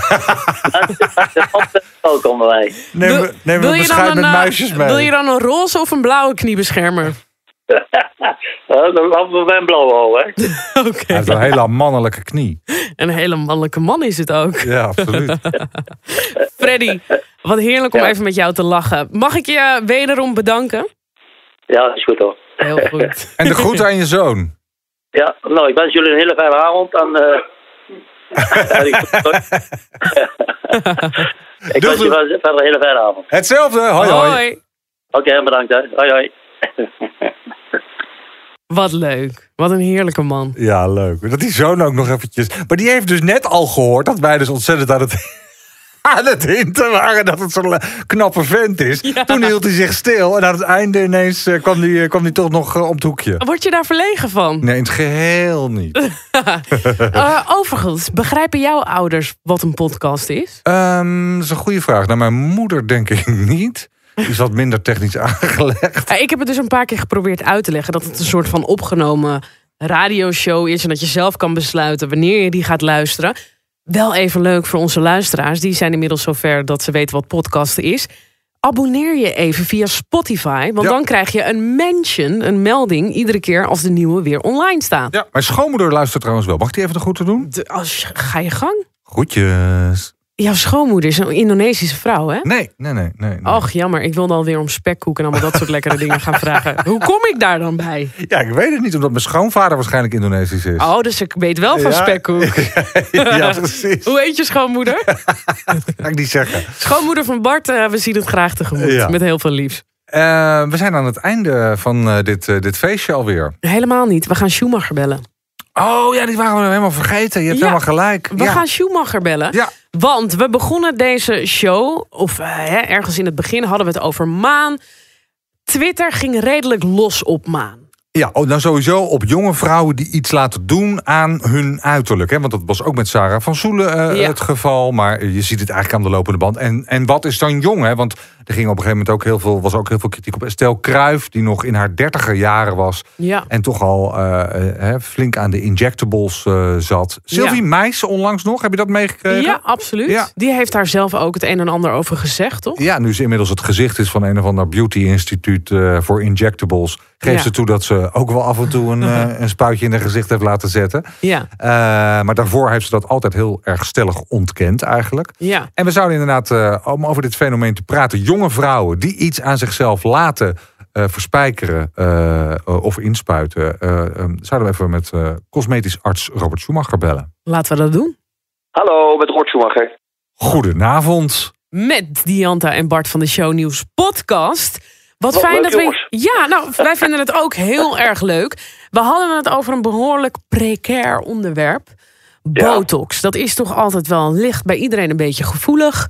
Welkom bij mij. Neem, Wil- we- neem wil een je dan beschuit een, met eh, muisjes mee. Wil je dan een roze of een blauwe kniebeschermer? Uh, dan laten we bij een blauwe houden, hè. Oké. Hij heeft een hele mannelijke knie. Een hele mannelijke man is het ook. Ja, absoluut. Freddy, wat heerlijk om Ja. even met jou te lachen. Mag ik je wederom bedanken? Ja, dat is goed hoor. Heel goed. En de groet aan je zoon. Ja, nou, ik wens jullie een hele fijne avond. En, uh... ja, die- ik wens jullie verder een hele fijne avond. Hetzelfde, hoi hoi. Oké, okay, bedankt hè. Hoi hoi. Wat leuk. Wat een heerlijke man. Ja, leuk. Dat die zoon ook nog eventjes... Maar die heeft dus net al gehoord dat wij dus ontzettend aan het... aan het hinten waren dat het zo'n knappe vent is. Ja. Toen hield hij zich stil en aan het einde ineens uh, kwam hij kwam die toch nog uh, om het hoekje. Word je daar verlegen van? Nee, in het geheel niet. uh, overigens, begrijpen jouw ouders wat een podcast is? Um, dat is een goede vraag. Nou, mijn moeder denk ik niet. Die is wat minder technisch aangelegd. Ja, ik heb het dus een paar keer geprobeerd uit te leggen dat het een soort van opgenomen radioshow is en dat je zelf kan besluiten wanneer je die gaat luisteren. Wel even leuk voor onze luisteraars. Die zijn inmiddels zover dat ze weten wat podcasten is. Abonneer je even via Spotify. Want Ja. dan krijg je een mention, een melding, iedere keer als de nieuwe weer online staat. Ja, mijn schoonmoeder luistert trouwens wel. Mag die even de groeten doen? De, als, ga je gang. Groetjes. Jouw schoonmoeder is een Indonesische vrouw, hè? Nee, nee, nee. nee, nee. Och, jammer. Ik wilde alweer om spekkoek en allemaal dat soort lekkere dingen gaan vragen. Hoe kom ik daar dan bij? Ja, ik weet het niet, omdat mijn schoonvader waarschijnlijk Indonesisch is. Oh, dus ik weet wel van Ja. spekkoek. Ja, precies. Hoe heet je schoonmoeder? Ga ik niet zeggen. Schoonmoeder van Bart, uh, we zien het graag tegemoet. Ja. Met heel veel liefs. Uh, we zijn aan het einde van uh, dit, uh, dit feestje alweer. Helemaal niet. We gaan Schumacher bellen. Oh ja, die waren we helemaal vergeten. Je hebt Ja, helemaal gelijk. We ja. gaan Schumacher bellen. Ja. Want we begonnen deze show, of uh, hè, ergens in het begin hadden we het over Maan. Twitter ging redelijk los op Maan. Ja, oh, nou sowieso op jonge vrouwen die iets laten doen aan hun uiterlijk. Hè? Want dat was ook met Sarah van Soelen uh, Ja. het geval. Maar je ziet het eigenlijk aan de lopende band. En, en wat is dan jong? Hè? Want er ging op een gegeven moment ook heel veel, was ook heel veel kritiek op Estelle Kruijf, die nog in haar dertiger jaren was. Ja. En toch al uh, uh, flink aan de injectables uh, zat. Sylvie Ja. Meijsen onlangs nog, heb je dat meegekregen? Ja, absoluut. Ja. Die heeft daar zelf ook het een en ander over gezegd, toch? Ja, nu ze inmiddels het gezicht is van een of ander beauty instituut uh, voor injectables, geeft Ja. ze toe dat ze ook wel af en toe een, uh, een spuitje in haar gezicht heeft laten zetten. Ja. Uh, maar daarvoor heeft ze dat altijd heel erg stellig ontkend eigenlijk. Ja. En we zouden inderdaad, uh, om over dit fenomeen te praten, jonge vrouwen die iets aan zichzelf laten uh, verspijkeren uh, uh, of inspuiten, uh, um, zouden we even met uh, cosmetisch arts Robert Schumacher bellen. Laten we dat doen. Hallo, met Robert Schumacher. Goedenavond. Met Dianta en Bart van de Shownieuws podcast. Wat Wat fijn leuk, dat we... jongens. Ja, nou, wij vinden het ook heel erg leuk. We hadden het over een behoorlijk precair onderwerp. Botox. Dat is toch altijd wel licht bij iedereen een beetje gevoelig.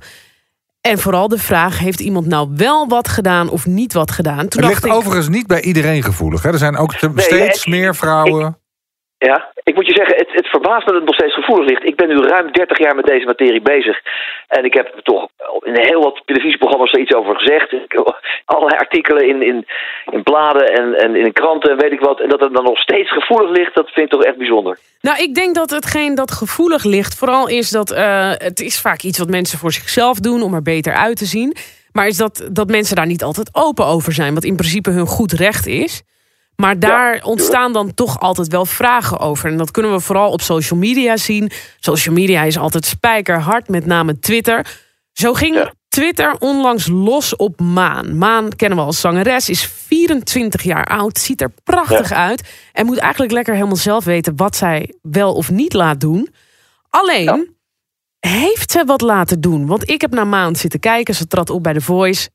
En vooral de vraag, heeft iemand nou wel wat gedaan of niet wat gedaan? Toen Het dacht ligt ik, overigens niet bij iedereen gevoelig. Hè? Er zijn ook te- Nee, steeds ik- meer vrouwen. Ja, ik moet je zeggen, het, het verbaast me dat het nog steeds gevoelig ligt. Ik ben nu ruim dertig jaar met deze materie bezig. En ik heb er toch in heel wat televisieprogramma's er iets over gezegd. Ik, allerlei artikelen in, in, in bladen en, en in kranten en weet ik wat. En dat het dan nog steeds gevoelig ligt, dat vind ik toch echt bijzonder. Nou, ik denk dat hetgeen dat gevoelig ligt, vooral is dat uh, het is vaak iets wat mensen voor zichzelf doen om er beter uit te zien. Maar is dat, dat mensen daar niet altijd open over zijn, wat in principe hun goed recht is. Maar daar Ja, ontstaan dan toch altijd wel vragen over. En dat kunnen we vooral op social media zien. Social media is altijd spijkerhard, met name Twitter. Zo ging Ja. Twitter onlangs los op Maan. Maan kennen we als zangeres, is vierentwintig jaar oud, ziet er prachtig Ja. uit. En moet eigenlijk lekker helemaal zelf weten wat zij wel of niet laat doen. Alleen, Ja. heeft ze wat laten doen? Want ik heb naar Maan zitten kijken, ze trad op bij The Voice.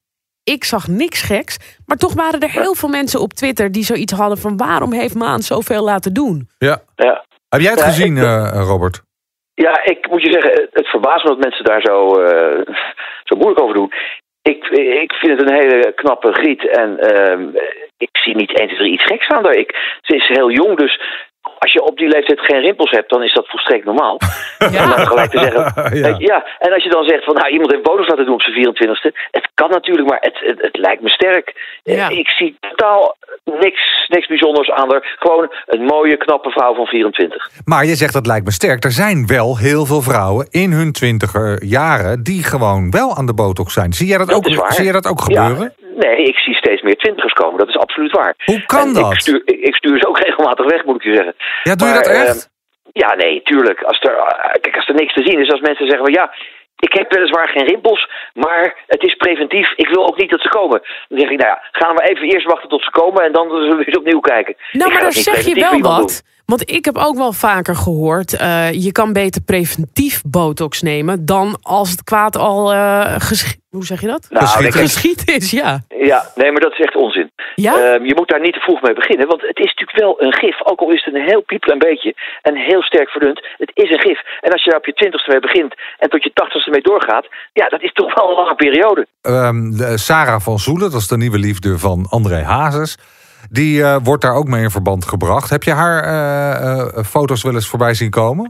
ik zag niks geks. Maar toch waren er heel veel mensen op Twitter die zoiets hadden van... waarom heeft Maan zoveel laten doen? Ja. Ja. Heb jij het Ja, gezien, ik- uh, Robert? Ja, ik moet je zeggen, het verbaast me dat mensen daar zo, uh, zo moeilijk over doen. Ik, ik vind het een hele knappe griet en uh, ik zie niet eens er iets geks aan daar. Ik, ze is heel jong, dus als je op die leeftijd geen rimpels hebt, dan is dat volstrekt normaal. Ja. En dan gelijk te zeggen, Ja. weet je, ja. En als je dan zegt van, nou, iemand heeft bonus laten doen op zijn vierentwintigste. Het kan natuurlijk, maar het, het, het lijkt me sterk. Ja. Ik zie totaal niks, niks bijzonders aan haar. Gewoon een mooie, knappe vrouw van vierentwintig. Maar je zegt dat lijkt me sterk. Er zijn wel heel veel vrouwen in hun twintiger jaren... die gewoon wel aan de botox zijn. Zie jij dat, Dat ook, is waar. zie jij dat ook gebeuren? Ja, nee, ik zie steeds meer twintigers komen. Dat is absoluut waar. Hoe kan En dat? Ik stuur, ik, ik stuur ze ook regelmatig weg, moet ik je zeggen. Ja, doe je Maar, dat echt? eh, ja, nee, tuurlijk. Als er, eh, kijk, als er niks te zien is, als mensen zeggen van ja, ik heb weliswaar geen rimpels, maar het is preventief. Ik wil ook niet dat ze komen. Dan zeg ik, nou ja, gaan we even eerst wachten tot ze komen en dan zullen we eens opnieuw kijken. Nou, Ik maar ga daar dat niet zeg je preventief wel voor iemand wat. Want ik heb ook wel vaker gehoord... Uh, je kan beter preventief botox nemen... dan als het kwaad al uh, geschied... Hoe zeg je dat? doen. Nou, Geschiet kijk, is. Geschied is, ja. ja, nee, maar dat is echt onzin. Ja? Ehm, je moet daar niet te vroeg mee beginnen, want het is natuurlijk wel een gif. Ook al is het een heel piepklein beetje en heel sterk verdund, het is een gif. En als je daar op je twintigste mee begint en tot je tachtigste mee doorgaat, ja, dat is toch wel een lange periode. Um, de Sarah van Zoelen, dat is de nieuwe liefde van André Hazes... die uh, wordt daar ook mee in verband gebracht. Heb je haar uh, uh, foto's wel eens voorbij zien komen?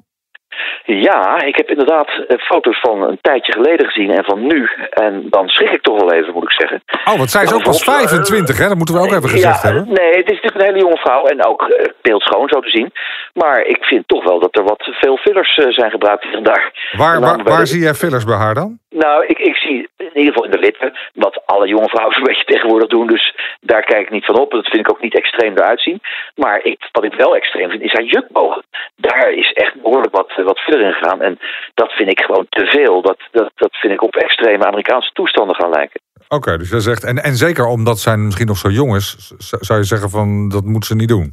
Ja, ik heb inderdaad uh, foto's van een tijdje geleden gezien en van nu. En dan schrik ik toch wel even, moet ik zeggen. Oh, want zij is ook pas vijfentwintig, hè? Dat moeten we ook even gezegd ja, hebben. Nee, het is natuurlijk een hele jonge vrouw en ook uh, beeldschoon zo te zien. Maar ik vind toch wel dat er wat veel fillers uh, zijn gebruikt hier en daar. Waar, waar, waar de... zie jij fillers bij haar dan? Nou, ik, ik zie in ieder geval in de lippen wat alle jonge vrouwen zo'n beetje tegenwoordig doen. Dus daar kijk ik niet van op. Dat vind ik ook niet extreem eruit zien. Maar ik, wat ik wel extreem vind, is haar jukbogen. Daar is echt behoorlijk wat, wat filler in gegaan. En dat vind ik gewoon te veel. Dat, dat, dat vind ik op extreme Amerikaanse toestanden gaan lijken. Oké, okay, dus jij zegt... En, en zeker omdat zij misschien nog zo jong is... zou je zeggen van, dat moet ze niet doen?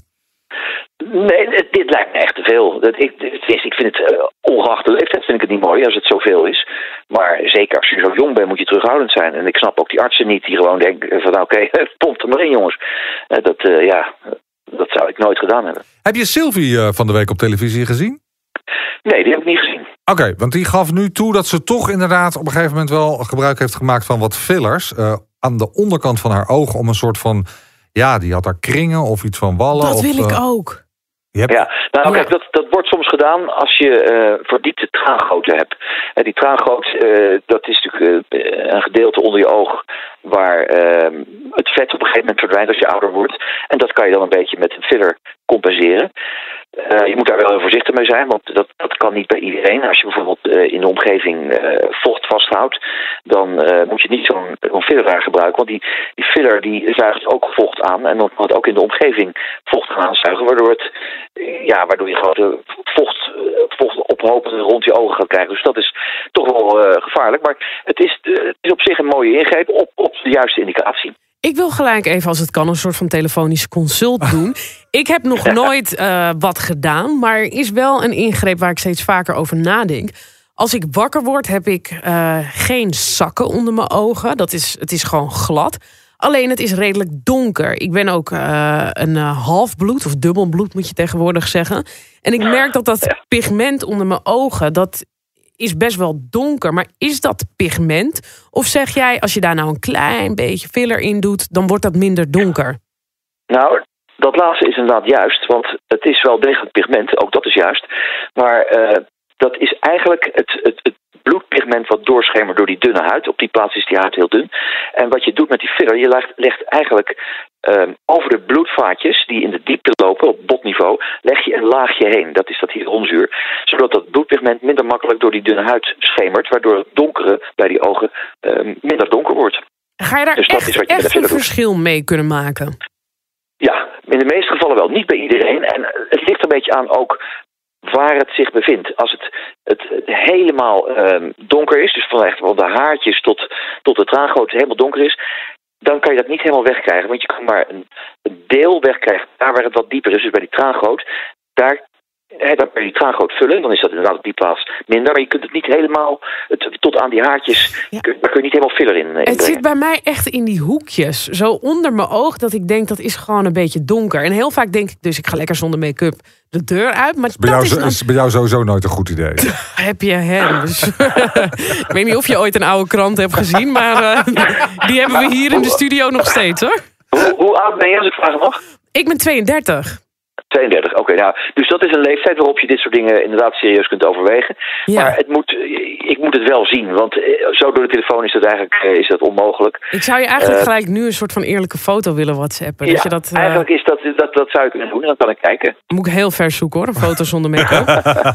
Nee, dit, dit lijkt me echt te veel. Dat, ik, dit, ik vind het, uh, ongeacht de leeftijd vind ik het niet mooi als het zoveel is. Maar zeker als je zo jong bent moet je terughoudend zijn. En ik snap ook die artsen niet die gewoon denken van oké, okay, pomp er maar in jongens. Uh, dat, uh, ja, dat zou ik nooit gedaan hebben. Heb je Sylvie uh, van de week op televisie gezien? Nee, die heb ik niet gezien. Oké, okay, want die gaf nu toe dat ze toch inderdaad op een gegeven moment wel gebruik heeft gemaakt van wat fillers. Uh, aan de onderkant van haar oog om een soort van... Ja, die had daar kringen of iets van wallen. Dat of, wil ik uh, ook. Hebt... Ja, nou kijk, dat, dat wordt soms gedaan als je uh, verdiepte traangoten hebt. Uh, die traangoot, uh, dat is natuurlijk uh, een gedeelte onder je oog waar uh, het vet op een gegeven moment verdwijnt als je ouder wordt. En dat kan je dan een beetje met een filler compenseren. Uh, je moet daar wel heel voorzichtig mee zijn, want dat, dat kan niet bij iedereen. Als je bijvoorbeeld uh, in de omgeving uh, vocht vasthoudt, dan uh, moet je niet zo'n, zo'n filler daar gebruiken. Want die, die filler die zuigt ook vocht aan en dan kan het ook in de omgeving vocht gaan aanzuigen, waardoor, het, ja, waardoor je gewoon vocht, vocht ophopen rond je ogen gaat krijgen. Dus dat is toch wel uh, gevaarlijk. Maar het is, uh, het is op zich een mooie ingreep op, op de juiste indicatie. Ik wil gelijk even, als het kan, een soort van telefonische consult doen. Ik heb nog nooit uh, wat gedaan, maar er is wel een ingreep waar ik steeds vaker over nadenk. Als ik wakker word, heb ik uh, geen zakken onder mijn ogen. Dat is, het is gewoon glad. Alleen het is redelijk donker. Ik ben ook uh, een uh, halfbloed, of dubbelbloed moet je tegenwoordig zeggen. En ik merk dat dat pigment onder mijn ogen, dat is best wel donker. Maar is dat pigment? Of zeg jij, als je daar nou een klein beetje filler in doet, dan wordt dat minder donker? Nou, dat laatste is inderdaad juist. Want het is wel degelijk pigment, ook dat is juist. Maar uh, dat is eigenlijk het, het, het bloedpigment wat doorschemert door die dunne huid. Op die plaats is die huid heel dun. En wat je doet met die filler, je legt, legt eigenlijk um, over de bloedvaatjes die in de diepte lopen op botniveau, leg je een laagje heen. Dat is dat hyaluronzuur. Zodat dat bloedpigment minder makkelijk door die dunne huid schemert, waardoor het donkere bij die ogen um, minder donker wordt. Ga je daar dus echt, je echt een verschil mee kunnen maken? Ja, in de meeste gevallen wel. Niet bij iedereen. En het ligt een beetje aan ook waar het zich bevindt. Als het, het, het helemaal uh, donker is, dus van echt van de haartjes tot, tot de traangoot helemaal donker is, dan kan je dat niet helemaal wegkrijgen. Want je kan maar een, een deel wegkrijgen. Daar waar het wat dieper is, dus bij die traangoot, daar He, dan kun je die traangoot vullen. Dan is dat inderdaad op die plaats minder. Maar je kunt het niet helemaal, het, tot aan die haartjes, Ja. kun, daar kun je niet helemaal filler in, in Het brengen. zit bij mij echt in die hoekjes. Zo onder mijn oog dat ik denk dat is gewoon een beetje donker. En heel vaak denk ik dus ik ga lekker zonder make-up de deur uit. Maar Bij dat jou, is zo- dan... is bij jou sowieso nooit een goed idee. Heb je hem. Dus, ik weet niet of je ooit een oude krant hebt gezien. Maar uh, die hebben we hier in de studio nog steeds hoor. Hoe, hoe oud ben je, als ik vragen mag? Ik ben tweeëndertig. tweeëndertig, oké. Okay, nou, dus dat is een leeftijd waarop je dit soort dingen inderdaad serieus kunt overwegen. Ja. Maar het moet, ik moet het wel zien, want zo door de telefoon is dat eigenlijk uh, is dat onmogelijk. Ik zou je eigenlijk Uh, gelijk nu een soort van eerlijke foto willen whatsappen. Dat ja, je dat, uh, eigenlijk is dat, dat, dat zou je kunnen doen en dan kan ik kijken. moet ik heel ver zoeken hoor, een foto zonder make-up.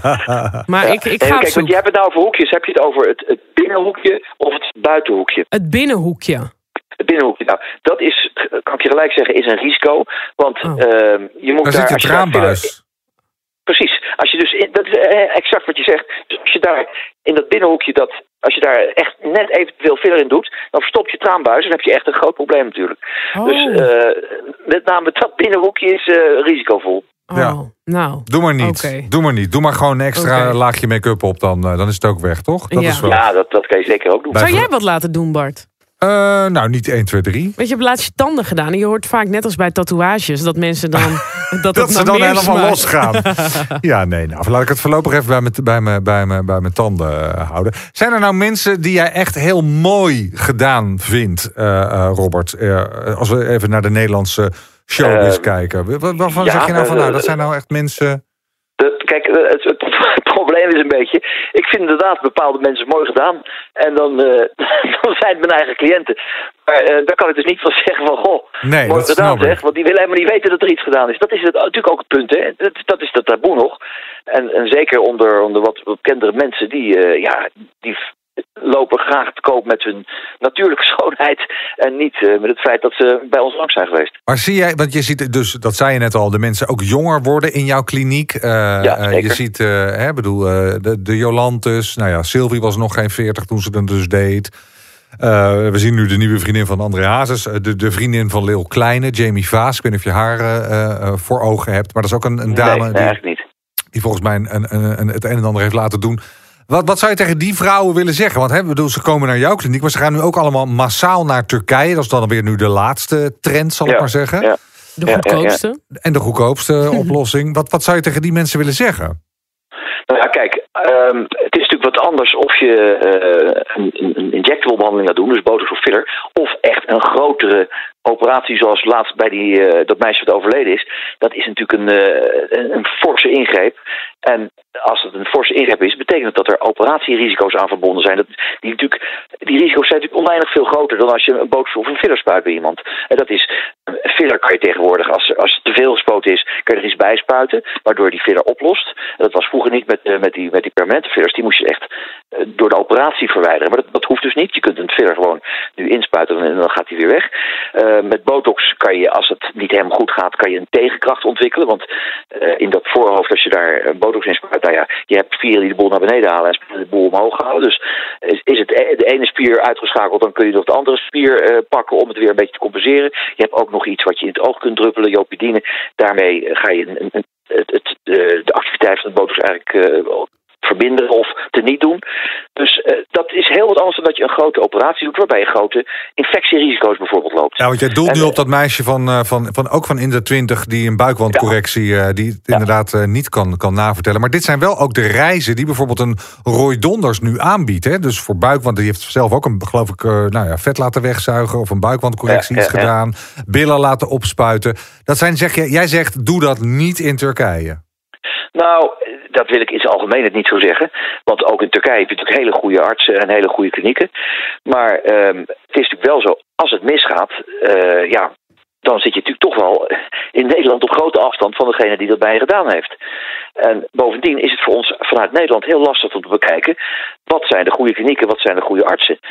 Maar Ja. ik, ik En ga het kijk, want zoeken. je hebt het nou over hoekjes. Heb je het over het, het binnenhoekje of het buitenhoekje? Het binnenhoekje. Het binnenhoekje, nou, dat is, kan ik je gelijk zeggen, is een risico. Want Oh. uh, je moet Daar daar... zit je als je daar traanbuis. filler- Precies. Als je dus in, dat is eh, exact wat je zegt. Dus als je daar in dat binnenhoekje dat, als je daar echt net eventueel filler in doet, dan verstop je traanbuis en heb je echt een groot probleem natuurlijk. Oh. Dus uh, met name dat binnenhoekje is uh, risicovol. Oh, Ja. nou. Doe maar niet. Oké. Doe maar niet. Doe maar gewoon een extra Oké. laagje make-up op. Dan, uh, dan is het ook weg, toch? Dat Ja. is wel. Ja, dat, dat kan je zeker ook doen. Bij- Zou jij wat laten doen, Bart? Uh, nou, niet één, twee, drie. Weet je, je hebt laatst je tanden gedaan. En je hoort vaak, net als bij tatoeages, dat mensen dan... dat, Dat het ze naar dan meer helemaal smaakt. losgaan. Ja, nee. Nou, laat ik het voorlopig even bij mijn, bij mijn, bij mijn, bij mijn tanden uh, houden. Zijn er nou mensen die jij echt heel mooi gedaan vindt, uh, uh, Robert? Uh, als we even naar de Nederlandse showbiz Uh, kijken. Wat, waarvan ja, zeg je nou van, uh, nou, dat zijn nou echt mensen... De, kijk, het, het, het probleem is een beetje... Ik vind inderdaad bepaalde mensen mooi gedaan. En dan, uh, dan zijn het mijn eigen cliënten. Maar uh, daar kan ik dus niet van zeggen van... Goh, Nee, mooi dat gedaan snap ik. zeg. Want die willen helemaal niet weten dat er iets gedaan is. Dat is het, natuurlijk ook het punt, hè. Dat, dat is dat taboe nog. En, en zeker onder, onder wat bekendere mensen... die, uh, ja, die lopen graag te koop met hun natuurlijke schoonheid... en niet uh, met het feit dat ze bij ons langs zijn geweest. Maar zie jij, want je ziet dus, dat zei je net al, de mensen ook jonger worden in jouw kliniek. Uh, Ja, uh, zeker. je ziet, uh, hè, bedoel, uh, de, de Jolantes, nou ja, Sylvie was nog geen veertig toen ze het dus deed. Uh, we zien nu de nieuwe vriendin van André Hazes, de, de vriendin van Leeuw Kleine, Jamie Vaas. Ik weet niet of je haar uh, uh, voor ogen hebt, maar dat is ook een, een dame nee, nee, die, eigenlijk niet. die volgens mij een, een, een, het een en ander heeft laten doen. Wat, wat zou je tegen die vrouwen willen zeggen? Want hè, bedoel, ze komen naar jouw kliniek, maar ze gaan nu ook allemaal massaal naar Turkije. Dat is dan weer nu de laatste trend, zal ik Ja, maar zeggen. ja. De Ja, ja, ja. goedkoopste. En de goedkoopste oplossing. Wat, wat zou je tegen die mensen willen zeggen? Nou ja, kijk, um, het is natuurlijk wat anders of je uh, een, een injectable behandeling gaat doen, dus botox of filler, of echt een grotere operatie zoals laatst bij die, uh, dat meisje wat overleden is. Dat is natuurlijk een, uh, een, een forse ingreep. En als het een forse ingreep is, betekent dat er operatierisico's aan verbonden zijn. Dat, die, natuurlijk, die risico's zijn natuurlijk oneindig veel groter dan als je een botox of een filler spuit bij iemand. En dat is, een filler kan je tegenwoordig, als, als het te veel gespoten is, kan je er iets bij spuiten, waardoor die filler oplost. En dat was vroeger niet met, uh, met die, met die permanente fillers. Die moest je echt uh, door de operatie verwijderen. Maar dat, dat hoeft dus niet. Je kunt een filler gewoon nu inspuiten en dan gaat die weer weg. Uh, met botox kan je, als het niet helemaal goed gaat, kan je een tegenkracht ontwikkelen. Want uh, in dat voorhoofd, als je daar botox in spuit, nou ja, je hebt spieren die de boel naar beneden halen en de boel omhoog houden. Dus is, is het de ene spier uitgeschakeld, dan kun je nog de andere spier uh, pakken om het weer een beetje te compenseren. Je hebt ook nog iets wat je in het oog kunt druppelen, jopidine. Daarmee ga je een, een, het, het, de, de activiteit van de botox eigenlijk uh, verminderen of teniet doen. Dus uh, dat is heel wat anders dan dat je een grote operatie doet, waarbij je grote infectierisico's bijvoorbeeld loopt. Ja, want jij doelt En, nu uh, op dat meisje van, uh, van, van ook van in de twintig die een buikwandcorrectie uh, die het Ja. inderdaad uh, niet kan, kan navertellen. Maar dit zijn wel ook de reizen die bijvoorbeeld een Roy Donders nu aanbiedt. Hè? Dus voor buikwand, die heeft zelf ook een, geloof ik, uh, nou ja, vet laten wegzuigen of een buikwandcorrectie Ja, iets ja, ja. gedaan. Billen laten opspuiten. Dat zijn, zeg je, jij zegt, doe dat niet in Turkije. Nou, dat wil ik in zijn algemeen het niet zo zeggen. Want ook in Turkije heb je natuurlijk hele goede artsen en hele goede klinieken. Maar um, het is natuurlijk wel zo, als het misgaat, uh, ja, dan zit je natuurlijk toch wel in Nederland op grote afstand van degene die dat bij je gedaan heeft. En bovendien is het voor ons vanuit Nederland heel lastig om te bekijken, wat zijn de goede klinieken, wat zijn de goede artsen.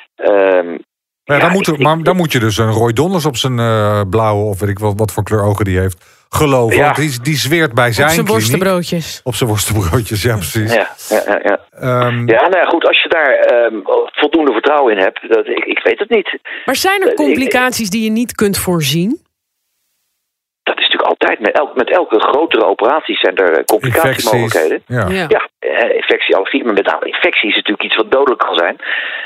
Um, Ja, ja, dan, moet, ik- maar ik- dan moet je dus een Roy Donders op zijn uh, blauwe, of weet ik wel wat voor kleur ogen die heeft, geloven. Ja. Want die, die zweert bij Op zijn zijn kliniek. worstenbroodjes. Op zijn worstenbroodjes, ja precies. Ja, ja, ja, ja. Ehm, Ja, nou ja, goed, als je daar um, voldoende vertrouwen in hebt, dat, ik, ik weet het niet. Maar zijn er Eh, ik- complicaties die je niet kunt voorzien? Dat is natuurlijk natuurlijk altijd. Met, elk, met elke grotere operatie zijn er complicatiemogelijkheden. Ja, Ja. ja uh, infectie, allergie, maar met name infectie is natuurlijk iets wat dodelijk kan zijn.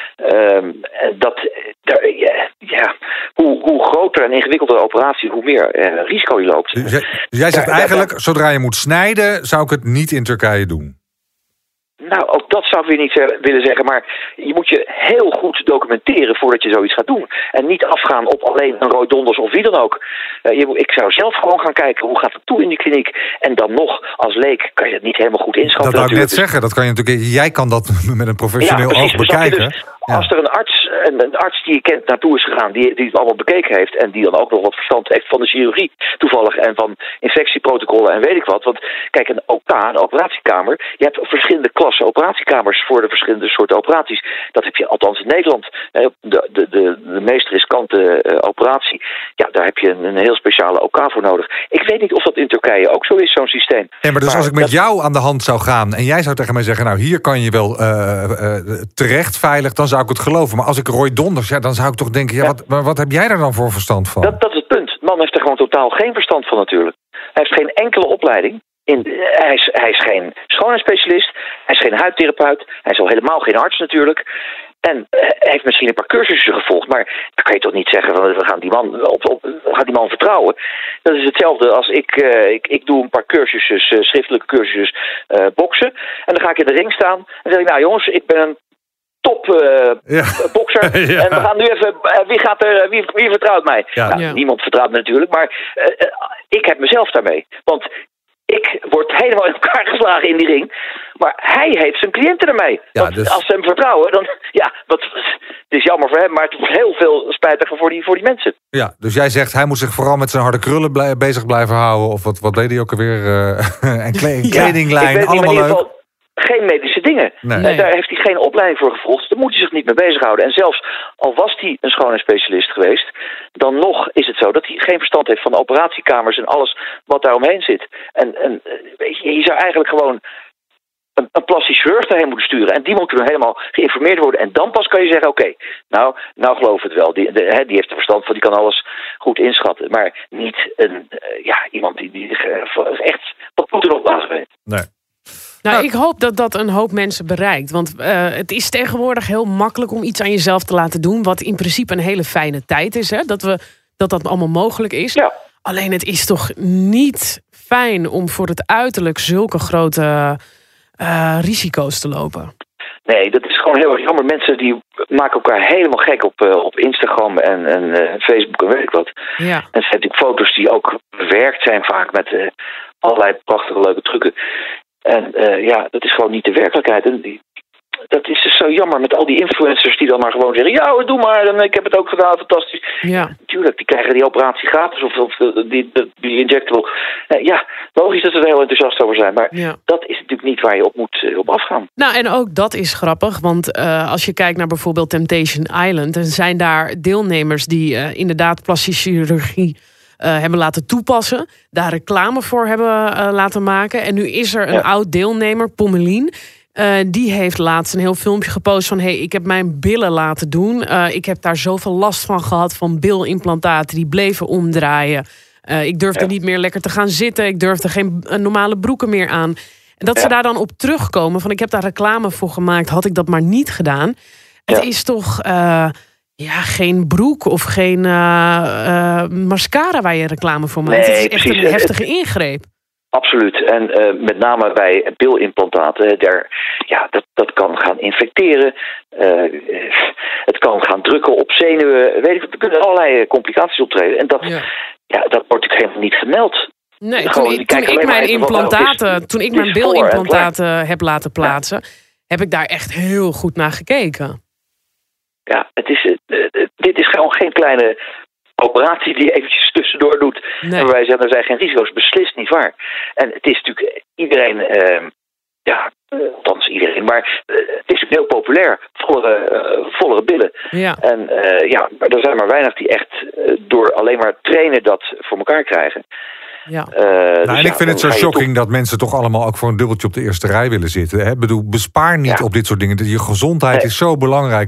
Um, dat, daar, ja, ja, hoe, hoe groter en ingewikkelder de operatie, hoe meer uh, risico je loopt. Dus jij, dus jij zegt Ja, eigenlijk, ja, ja. zodra je moet snijden, zou ik het niet in Turkije doen. Nou, ook dat zou ik weer niet ze- willen zeggen, maar je moet je heel goed documenteren voordat je zoiets gaat doen. En niet afgaan op alleen een rood donders of wie dan ook. Uh, je, ik zou zelf gewoon gaan kijken, hoe gaat het toe in die kliniek? En dan nog, als leek, kan je het niet helemaal goed inschatten. Dat wou ik net natuurlijk. zeggen, dat kan je natuurlijk, jij kan dat met een professioneel Ja, oog precies, snap je? bekijken. Dus Ja. Als er een arts, een, een arts die je kent naartoe is gegaan, die, die het allemaal bekeken heeft en die dan ook nog wat verstand heeft van de chirurgie toevallig en van infectieprotocollen en weet ik wat. Want kijk, een O K, een operatiekamer, je hebt verschillende klassen operatiekamers voor de verschillende soorten operaties. Dat heb je althans in Nederland. De, de, de, de meest riskante uh, operatie, ja, daar heb je een, een heel speciale O K voor nodig. Ik weet niet of dat in Turkije ook zo is, zo'n systeem. Nee, maar dus Maar als ik met dat- jou aan de hand zou gaan en jij zou tegen mij zeggen, nou hier kan je wel uh, uh, terecht veilig, dan zou ik het geloven. Maar als ik Roy Donders, ja, dan zou ik toch denken, ja, Ja. wat, maar wat heb jij daar dan voor verstand van? Dat, dat is het punt. De man heeft er gewoon totaal geen verstand van natuurlijk. Hij heeft geen enkele opleiding. In, hij, is, hij is geen schoonheidsspecialist. Hij is geen huidtherapeut. Hij is al helemaal geen arts natuurlijk. En hij heeft misschien een paar cursussen gevolgd. Maar dan kan je toch niet zeggen, van, we gaan die man, op, op, we gaan die man vertrouwen. Dat is hetzelfde als ik, uh, ik, ik doe een paar cursussen, uh, schriftelijke cursussen uh, boksen. En dan ga ik in de ring staan. En dan zeg ik, nou jongens, ik ben een top uh, Ja. bokser. Ja. En we gaan nu even, uh, wie, gaat er, wie, wie vertrouwt mij? Ja. Nou, Ja. niemand vertrouwt me natuurlijk, maar uh, uh, ik heb mezelf daarmee. Want ik word helemaal in elkaar geslagen in die ring. Maar hij heeft zijn cliënten ermee. Ja, Want dus- als ze hem vertrouwen, dan ja, wat, het is jammer voor hem, maar het wordt heel veel spijtiger voor die, voor die mensen. Ja, dus jij zegt, hij moet zich vooral met zijn harde krullen blij- bezig blijven houden. Of wat, wat deed hij ook alweer? Uh, en kle- Ja, kledinglijn, ik weet niet, maar allemaal in ieder leuk. geval geen medische dingen. Nee. En daar heeft hij geen opleiding voor gevolgd. Daar moet hij zich niet mee bezighouden. En zelfs al was hij een schoonheidsspecialist geweest, dan nog is het zo dat hij geen verstand heeft van operatiekamers en alles wat daar omheen zit. En, en weet je, je zou eigenlijk gewoon een, een plastisch chirurg daarheen moeten sturen. En die moet toen helemaal geïnformeerd worden. En dan pas kan je zeggen, oké, okay, nou, nou geloof het wel. Die, de, he, die heeft er verstand van, die kan alles goed inschatten. Maar niet een, uh, ja, iemand die, die uh, echt wat moet er nog laten weten. Nee. Nou, Nou, ik hoop dat dat een hoop mensen bereikt. Want uh, het is tegenwoordig heel makkelijk om iets aan jezelf te laten doen, wat in principe een hele fijne tijd is. Hè? Dat, we, dat dat allemaal mogelijk is. Ja. Alleen het is toch niet fijn om voor het uiterlijk zulke grote uh, risico's te lopen. Nee, dat is gewoon heel erg jammer. Mensen die maken elkaar helemaal gek op, uh, op Instagram en, en uh, Facebook en weet ik wat. Ja. En het zijn natuurlijk foto's die ook bewerkt zijn vaak met uh, allerlei prachtige leuke trucken. En uh, ja, dat is gewoon niet de werkelijkheid. En die, dat is dus zo jammer met al die influencers die dan maar gewoon zeggen, ja, doe maar, en ik heb het ook gedaan, fantastisch. Ja. Natuurlijk, die krijgen die operatie gratis of, of die, die, die injectable. Uh, ja, logisch dat ze er heel enthousiast over zijn, maar Ja. dat is natuurlijk niet waar je op moet uh, op afgaan. Nou, en ook dat is grappig, want uh, als je kijkt naar bijvoorbeeld Temptation Island, dan zijn daar deelnemers die uh, inderdaad plastische chirurgie Uh, hebben laten toepassen, daar reclame voor hebben uh, laten maken. En nu is er een Ja. oud deelnemer, Pommelien. Uh, die heeft laatst een heel filmpje gepost van, hey, ik heb mijn billen laten doen. Uh, ik heb daar zoveel last van gehad van bilimplantaten die bleven omdraaien. Uh, ik durfde Ja. niet meer lekker te gaan zitten. Ik durfde geen uh, normale broeken meer aan. En dat Ja. ze daar dan op terugkomen van, ik heb daar reclame voor gemaakt, had ik dat maar niet gedaan. Het Ja. is toch Uh, ja, geen broek of geen uh, uh, mascara waar je reclame voor maakt. Nee, het is echt precies. een heftige ingreep. Absoluut. En uh, met name bij bilimplantaten, daar, ja, dat, dat kan gaan infecteren. Uh, het kan gaan drukken op zenuwen. Weet ik, er kunnen allerlei complicaties optreden. En dat, Ja. ja, dat wordt natuurlijk helemaal niet gemeld. Nee, Gewoon, toen, die ik- toen kijken ik alleen maar mijn even wat er op is. implantaten, toen ik Het mijn is voor en bilimplantaten heb laten plaatsen, heb ik daar echt heel goed naar gekeken. Ja, het is, uh, uh, dit is gewoon geen kleine operatie die je eventjes tussendoor doet. Nee. En wij zeggen, er zijn geen risico's. Beslist niet waar. En het is natuurlijk iedereen, uh, ja, uh, althans iedereen, maar uh, het is heel populair. Vollere, uh, vollere billen. Ja. En uh, ja, maar er zijn maar weinig die echt uh, door alleen maar trainen dat voor elkaar krijgen. Ja. Uh, Nou, dus en ja, ik vind het zo dan ga je shocking dat mensen toch allemaal ook voor een dubbeltje op de eerste rij willen zitten. Ik bedoel, bespaar niet Ja. op dit soort dingen. Je gezondheid Nee. is zo belangrijk.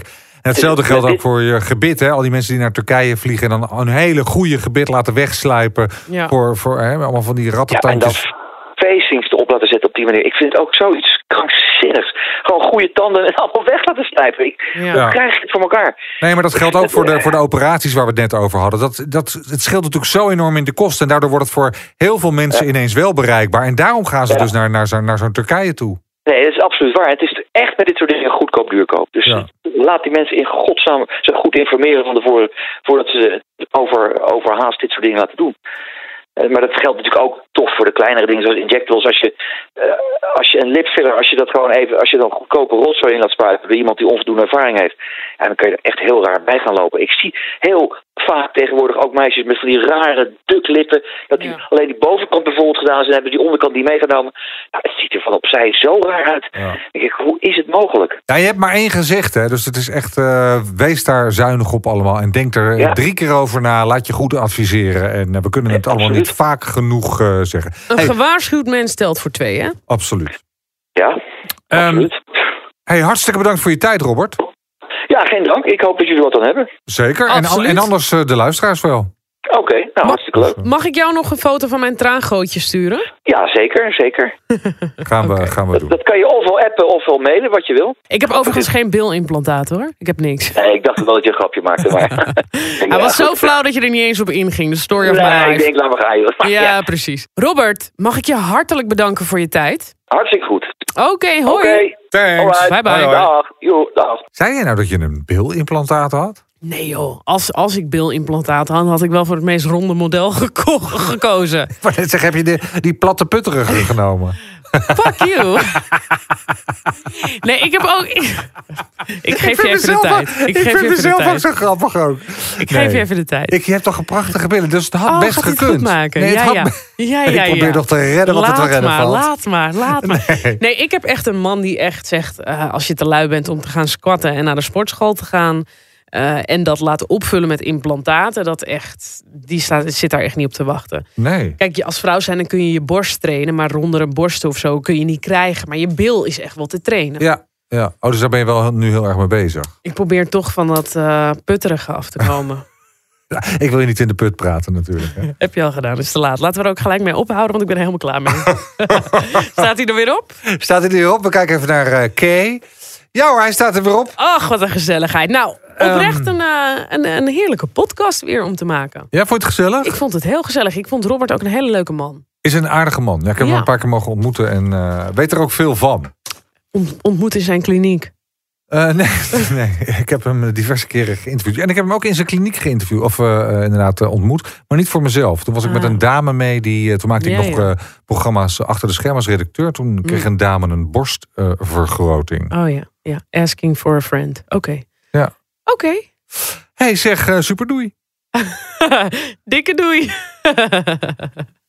hetzelfde Dus, geldt dit- ook voor je gebit. Hè? Al die mensen die naar Turkije vliegen en dan een hele goede gebit laten wegslijpen. Ja. Voor, voor hè, allemaal van die Ja, en rattentandjes. dan facings erop laten zetten op die manier. Ik vind het ook zoiets krankzinnigs. Gewoon goede tanden en allemaal weg laten slijpen. Ik, Ja. Hoe krijg je het voor elkaar? Nee, maar dat geldt ook voor de, voor de operaties waar we het net over hadden. Dat, dat, het scheelt natuurlijk zo enorm in de kosten. En daardoor wordt het voor heel veel mensen Ja. ineens wel bereikbaar. En daarom gaan ze Ja. dus naar, naar, zo'n, naar zo'n Turkije toe. Nee, dat is absoluut waar. Het is echt met dit soort dingen goedkoop duurkoop. Dus Ja. laat die mensen in godsnaam zo goed informeren van tevoren, voordat ze over, overhaast dit soort dingen laten doen. Eh, Maar dat geldt natuurlijk ook toch voor de kleinere dingen zoals injectables. Als je, eh, als je een lipfiller, als je dat gewoon even, als je dan goedkope rotzooi in laat spuiten bij iemand die onvoldoende ervaring heeft, ja, dan kun je er echt heel raar bij gaan lopen. Ik zie heel vaak tegenwoordig ook meisjes met van die rare duklippen, dat die Ja. alleen die bovenkant bijvoorbeeld gedaan zijn, hebben die onderkant niet meegenomen. Nou, het ziet er van opzij zo raar uit. Ja. Dan denk ik, hoe is het mogelijk? Ja, je hebt maar één gezicht, hè? Dus het is echt, uh, wees daar zuinig op allemaal. En denk er Ja. drie keer over na. Laat je goed adviseren. En uh, we kunnen het Ja, allemaal absoluut. niet vaak genoeg uh, zeggen. Een Hey, gewaarschuwd mens stelt voor twee, hè? absoluut. Ja, Ehm, absoluut. Hey, hartstikke bedankt voor je tijd, Robert. Ja, geen dank. Ik hoop dat jullie wat aan hebben. Zeker. En, Absoluut. en anders uh, de luisteraars wel. Oké, nou hartstikke leuk. Mag ik jou nog een foto van mijn traangootje sturen? Ja, zeker, zeker. Gaan we, Oké. gaan we Dat, doen. dat kan je ofwel appen ofwel mailen, wat je wil. Ik heb overigens geen bilimplantaat, hoor. Ik heb niks. Nee, ik dacht wel dat je een grapje maakte, maar... Hij was zo flauw dat je er niet eens op inging. De story of my Nee, ik life. denk, laat maar gaan, joh. Ja, precies. Robert, mag ik je hartelijk bedanken voor je tijd? Hartstikke goed. Oké, hoi. Oké, Thanks. alright. Bye bye. Hoi, hoi. Dag. Jo, dag. Zei je nou dat je een bilimplantaat had? Nee joh, als, als ik bilimplantaat had, had ik wel voor het meest ronde model geko- gekozen. Maar zeg, heb je de, die platte putterige genomen? Fuck you. Nee, ik heb ook... Ik, ik geef je even de tijd. Ik, Ik geef vind je even mezelf de ook tijd. zo grappig ook. Ik Nee. geef je even de tijd. Ik, je hebt toch een prachtige billen, dus het had oh, best gaat hij het gekund. goed maken? Nee, het ja, had ja. be- ja, ja, Ik probeer ja. nog te redden wat laat er te redden maar, valt. Laat maar, laat maar. Nee. Nee, ik heb echt een man die echt zegt... Uh, als je te lui bent om te gaan squatten en naar de sportschool te gaan... Uh, en dat laten opvullen met implantaten... dat echt, die staat, zit daar echt niet op te wachten. Nee. Kijk, je als vrouw zijn dan kun je je borst trainen... maar rondere borsten of zo kun je niet krijgen. Maar je bil is echt wel te trainen. Ja, ja. Oh, dus daar ben je wel nu heel erg mee bezig. Ik probeer toch van dat uh, putterige af te komen. Ja, ik wil je niet in de put praten natuurlijk. Hè. Heb je al gedaan, is te laat. Laten we er ook gelijk mee ophouden, want ik ben er helemaal klaar mee. Staat hij er weer op? Staat hij er weer op? We kijken even naar uh, Kay. Ja hoor, hij staat er weer op. Ach, wat een gezelligheid. Nou, oprecht een, uh, een, een heerlijke podcast weer om te maken. Ja, vond je het gezellig? Ik vond het heel gezellig. Ik vond Robert ook een hele leuke man. Is een aardige man. Ja, ik heb hem Ja. een paar keer mogen ontmoeten en uh, weet er ook veel van. Ont- ontmoet in zijn kliniek. Uh, nee, nee, ik heb hem diverse keren geïnterviewd. En ik heb hem ook in zijn kliniek geïnterviewd. Of uh, uh, inderdaad uh, ontmoet. Maar niet voor mezelf. Toen was ik Ah. met een dame mee. Die, uh, toen maakte ik Ja, nog ja. uh, programma's achter de schermen als redacteur. Toen kreeg een dame een borstvergroting. Oh ja, ja. Asking for a friend. Oké. Okay. Ja. Oké. Okay. Hey, zeg uh, super doei. Dikke doei.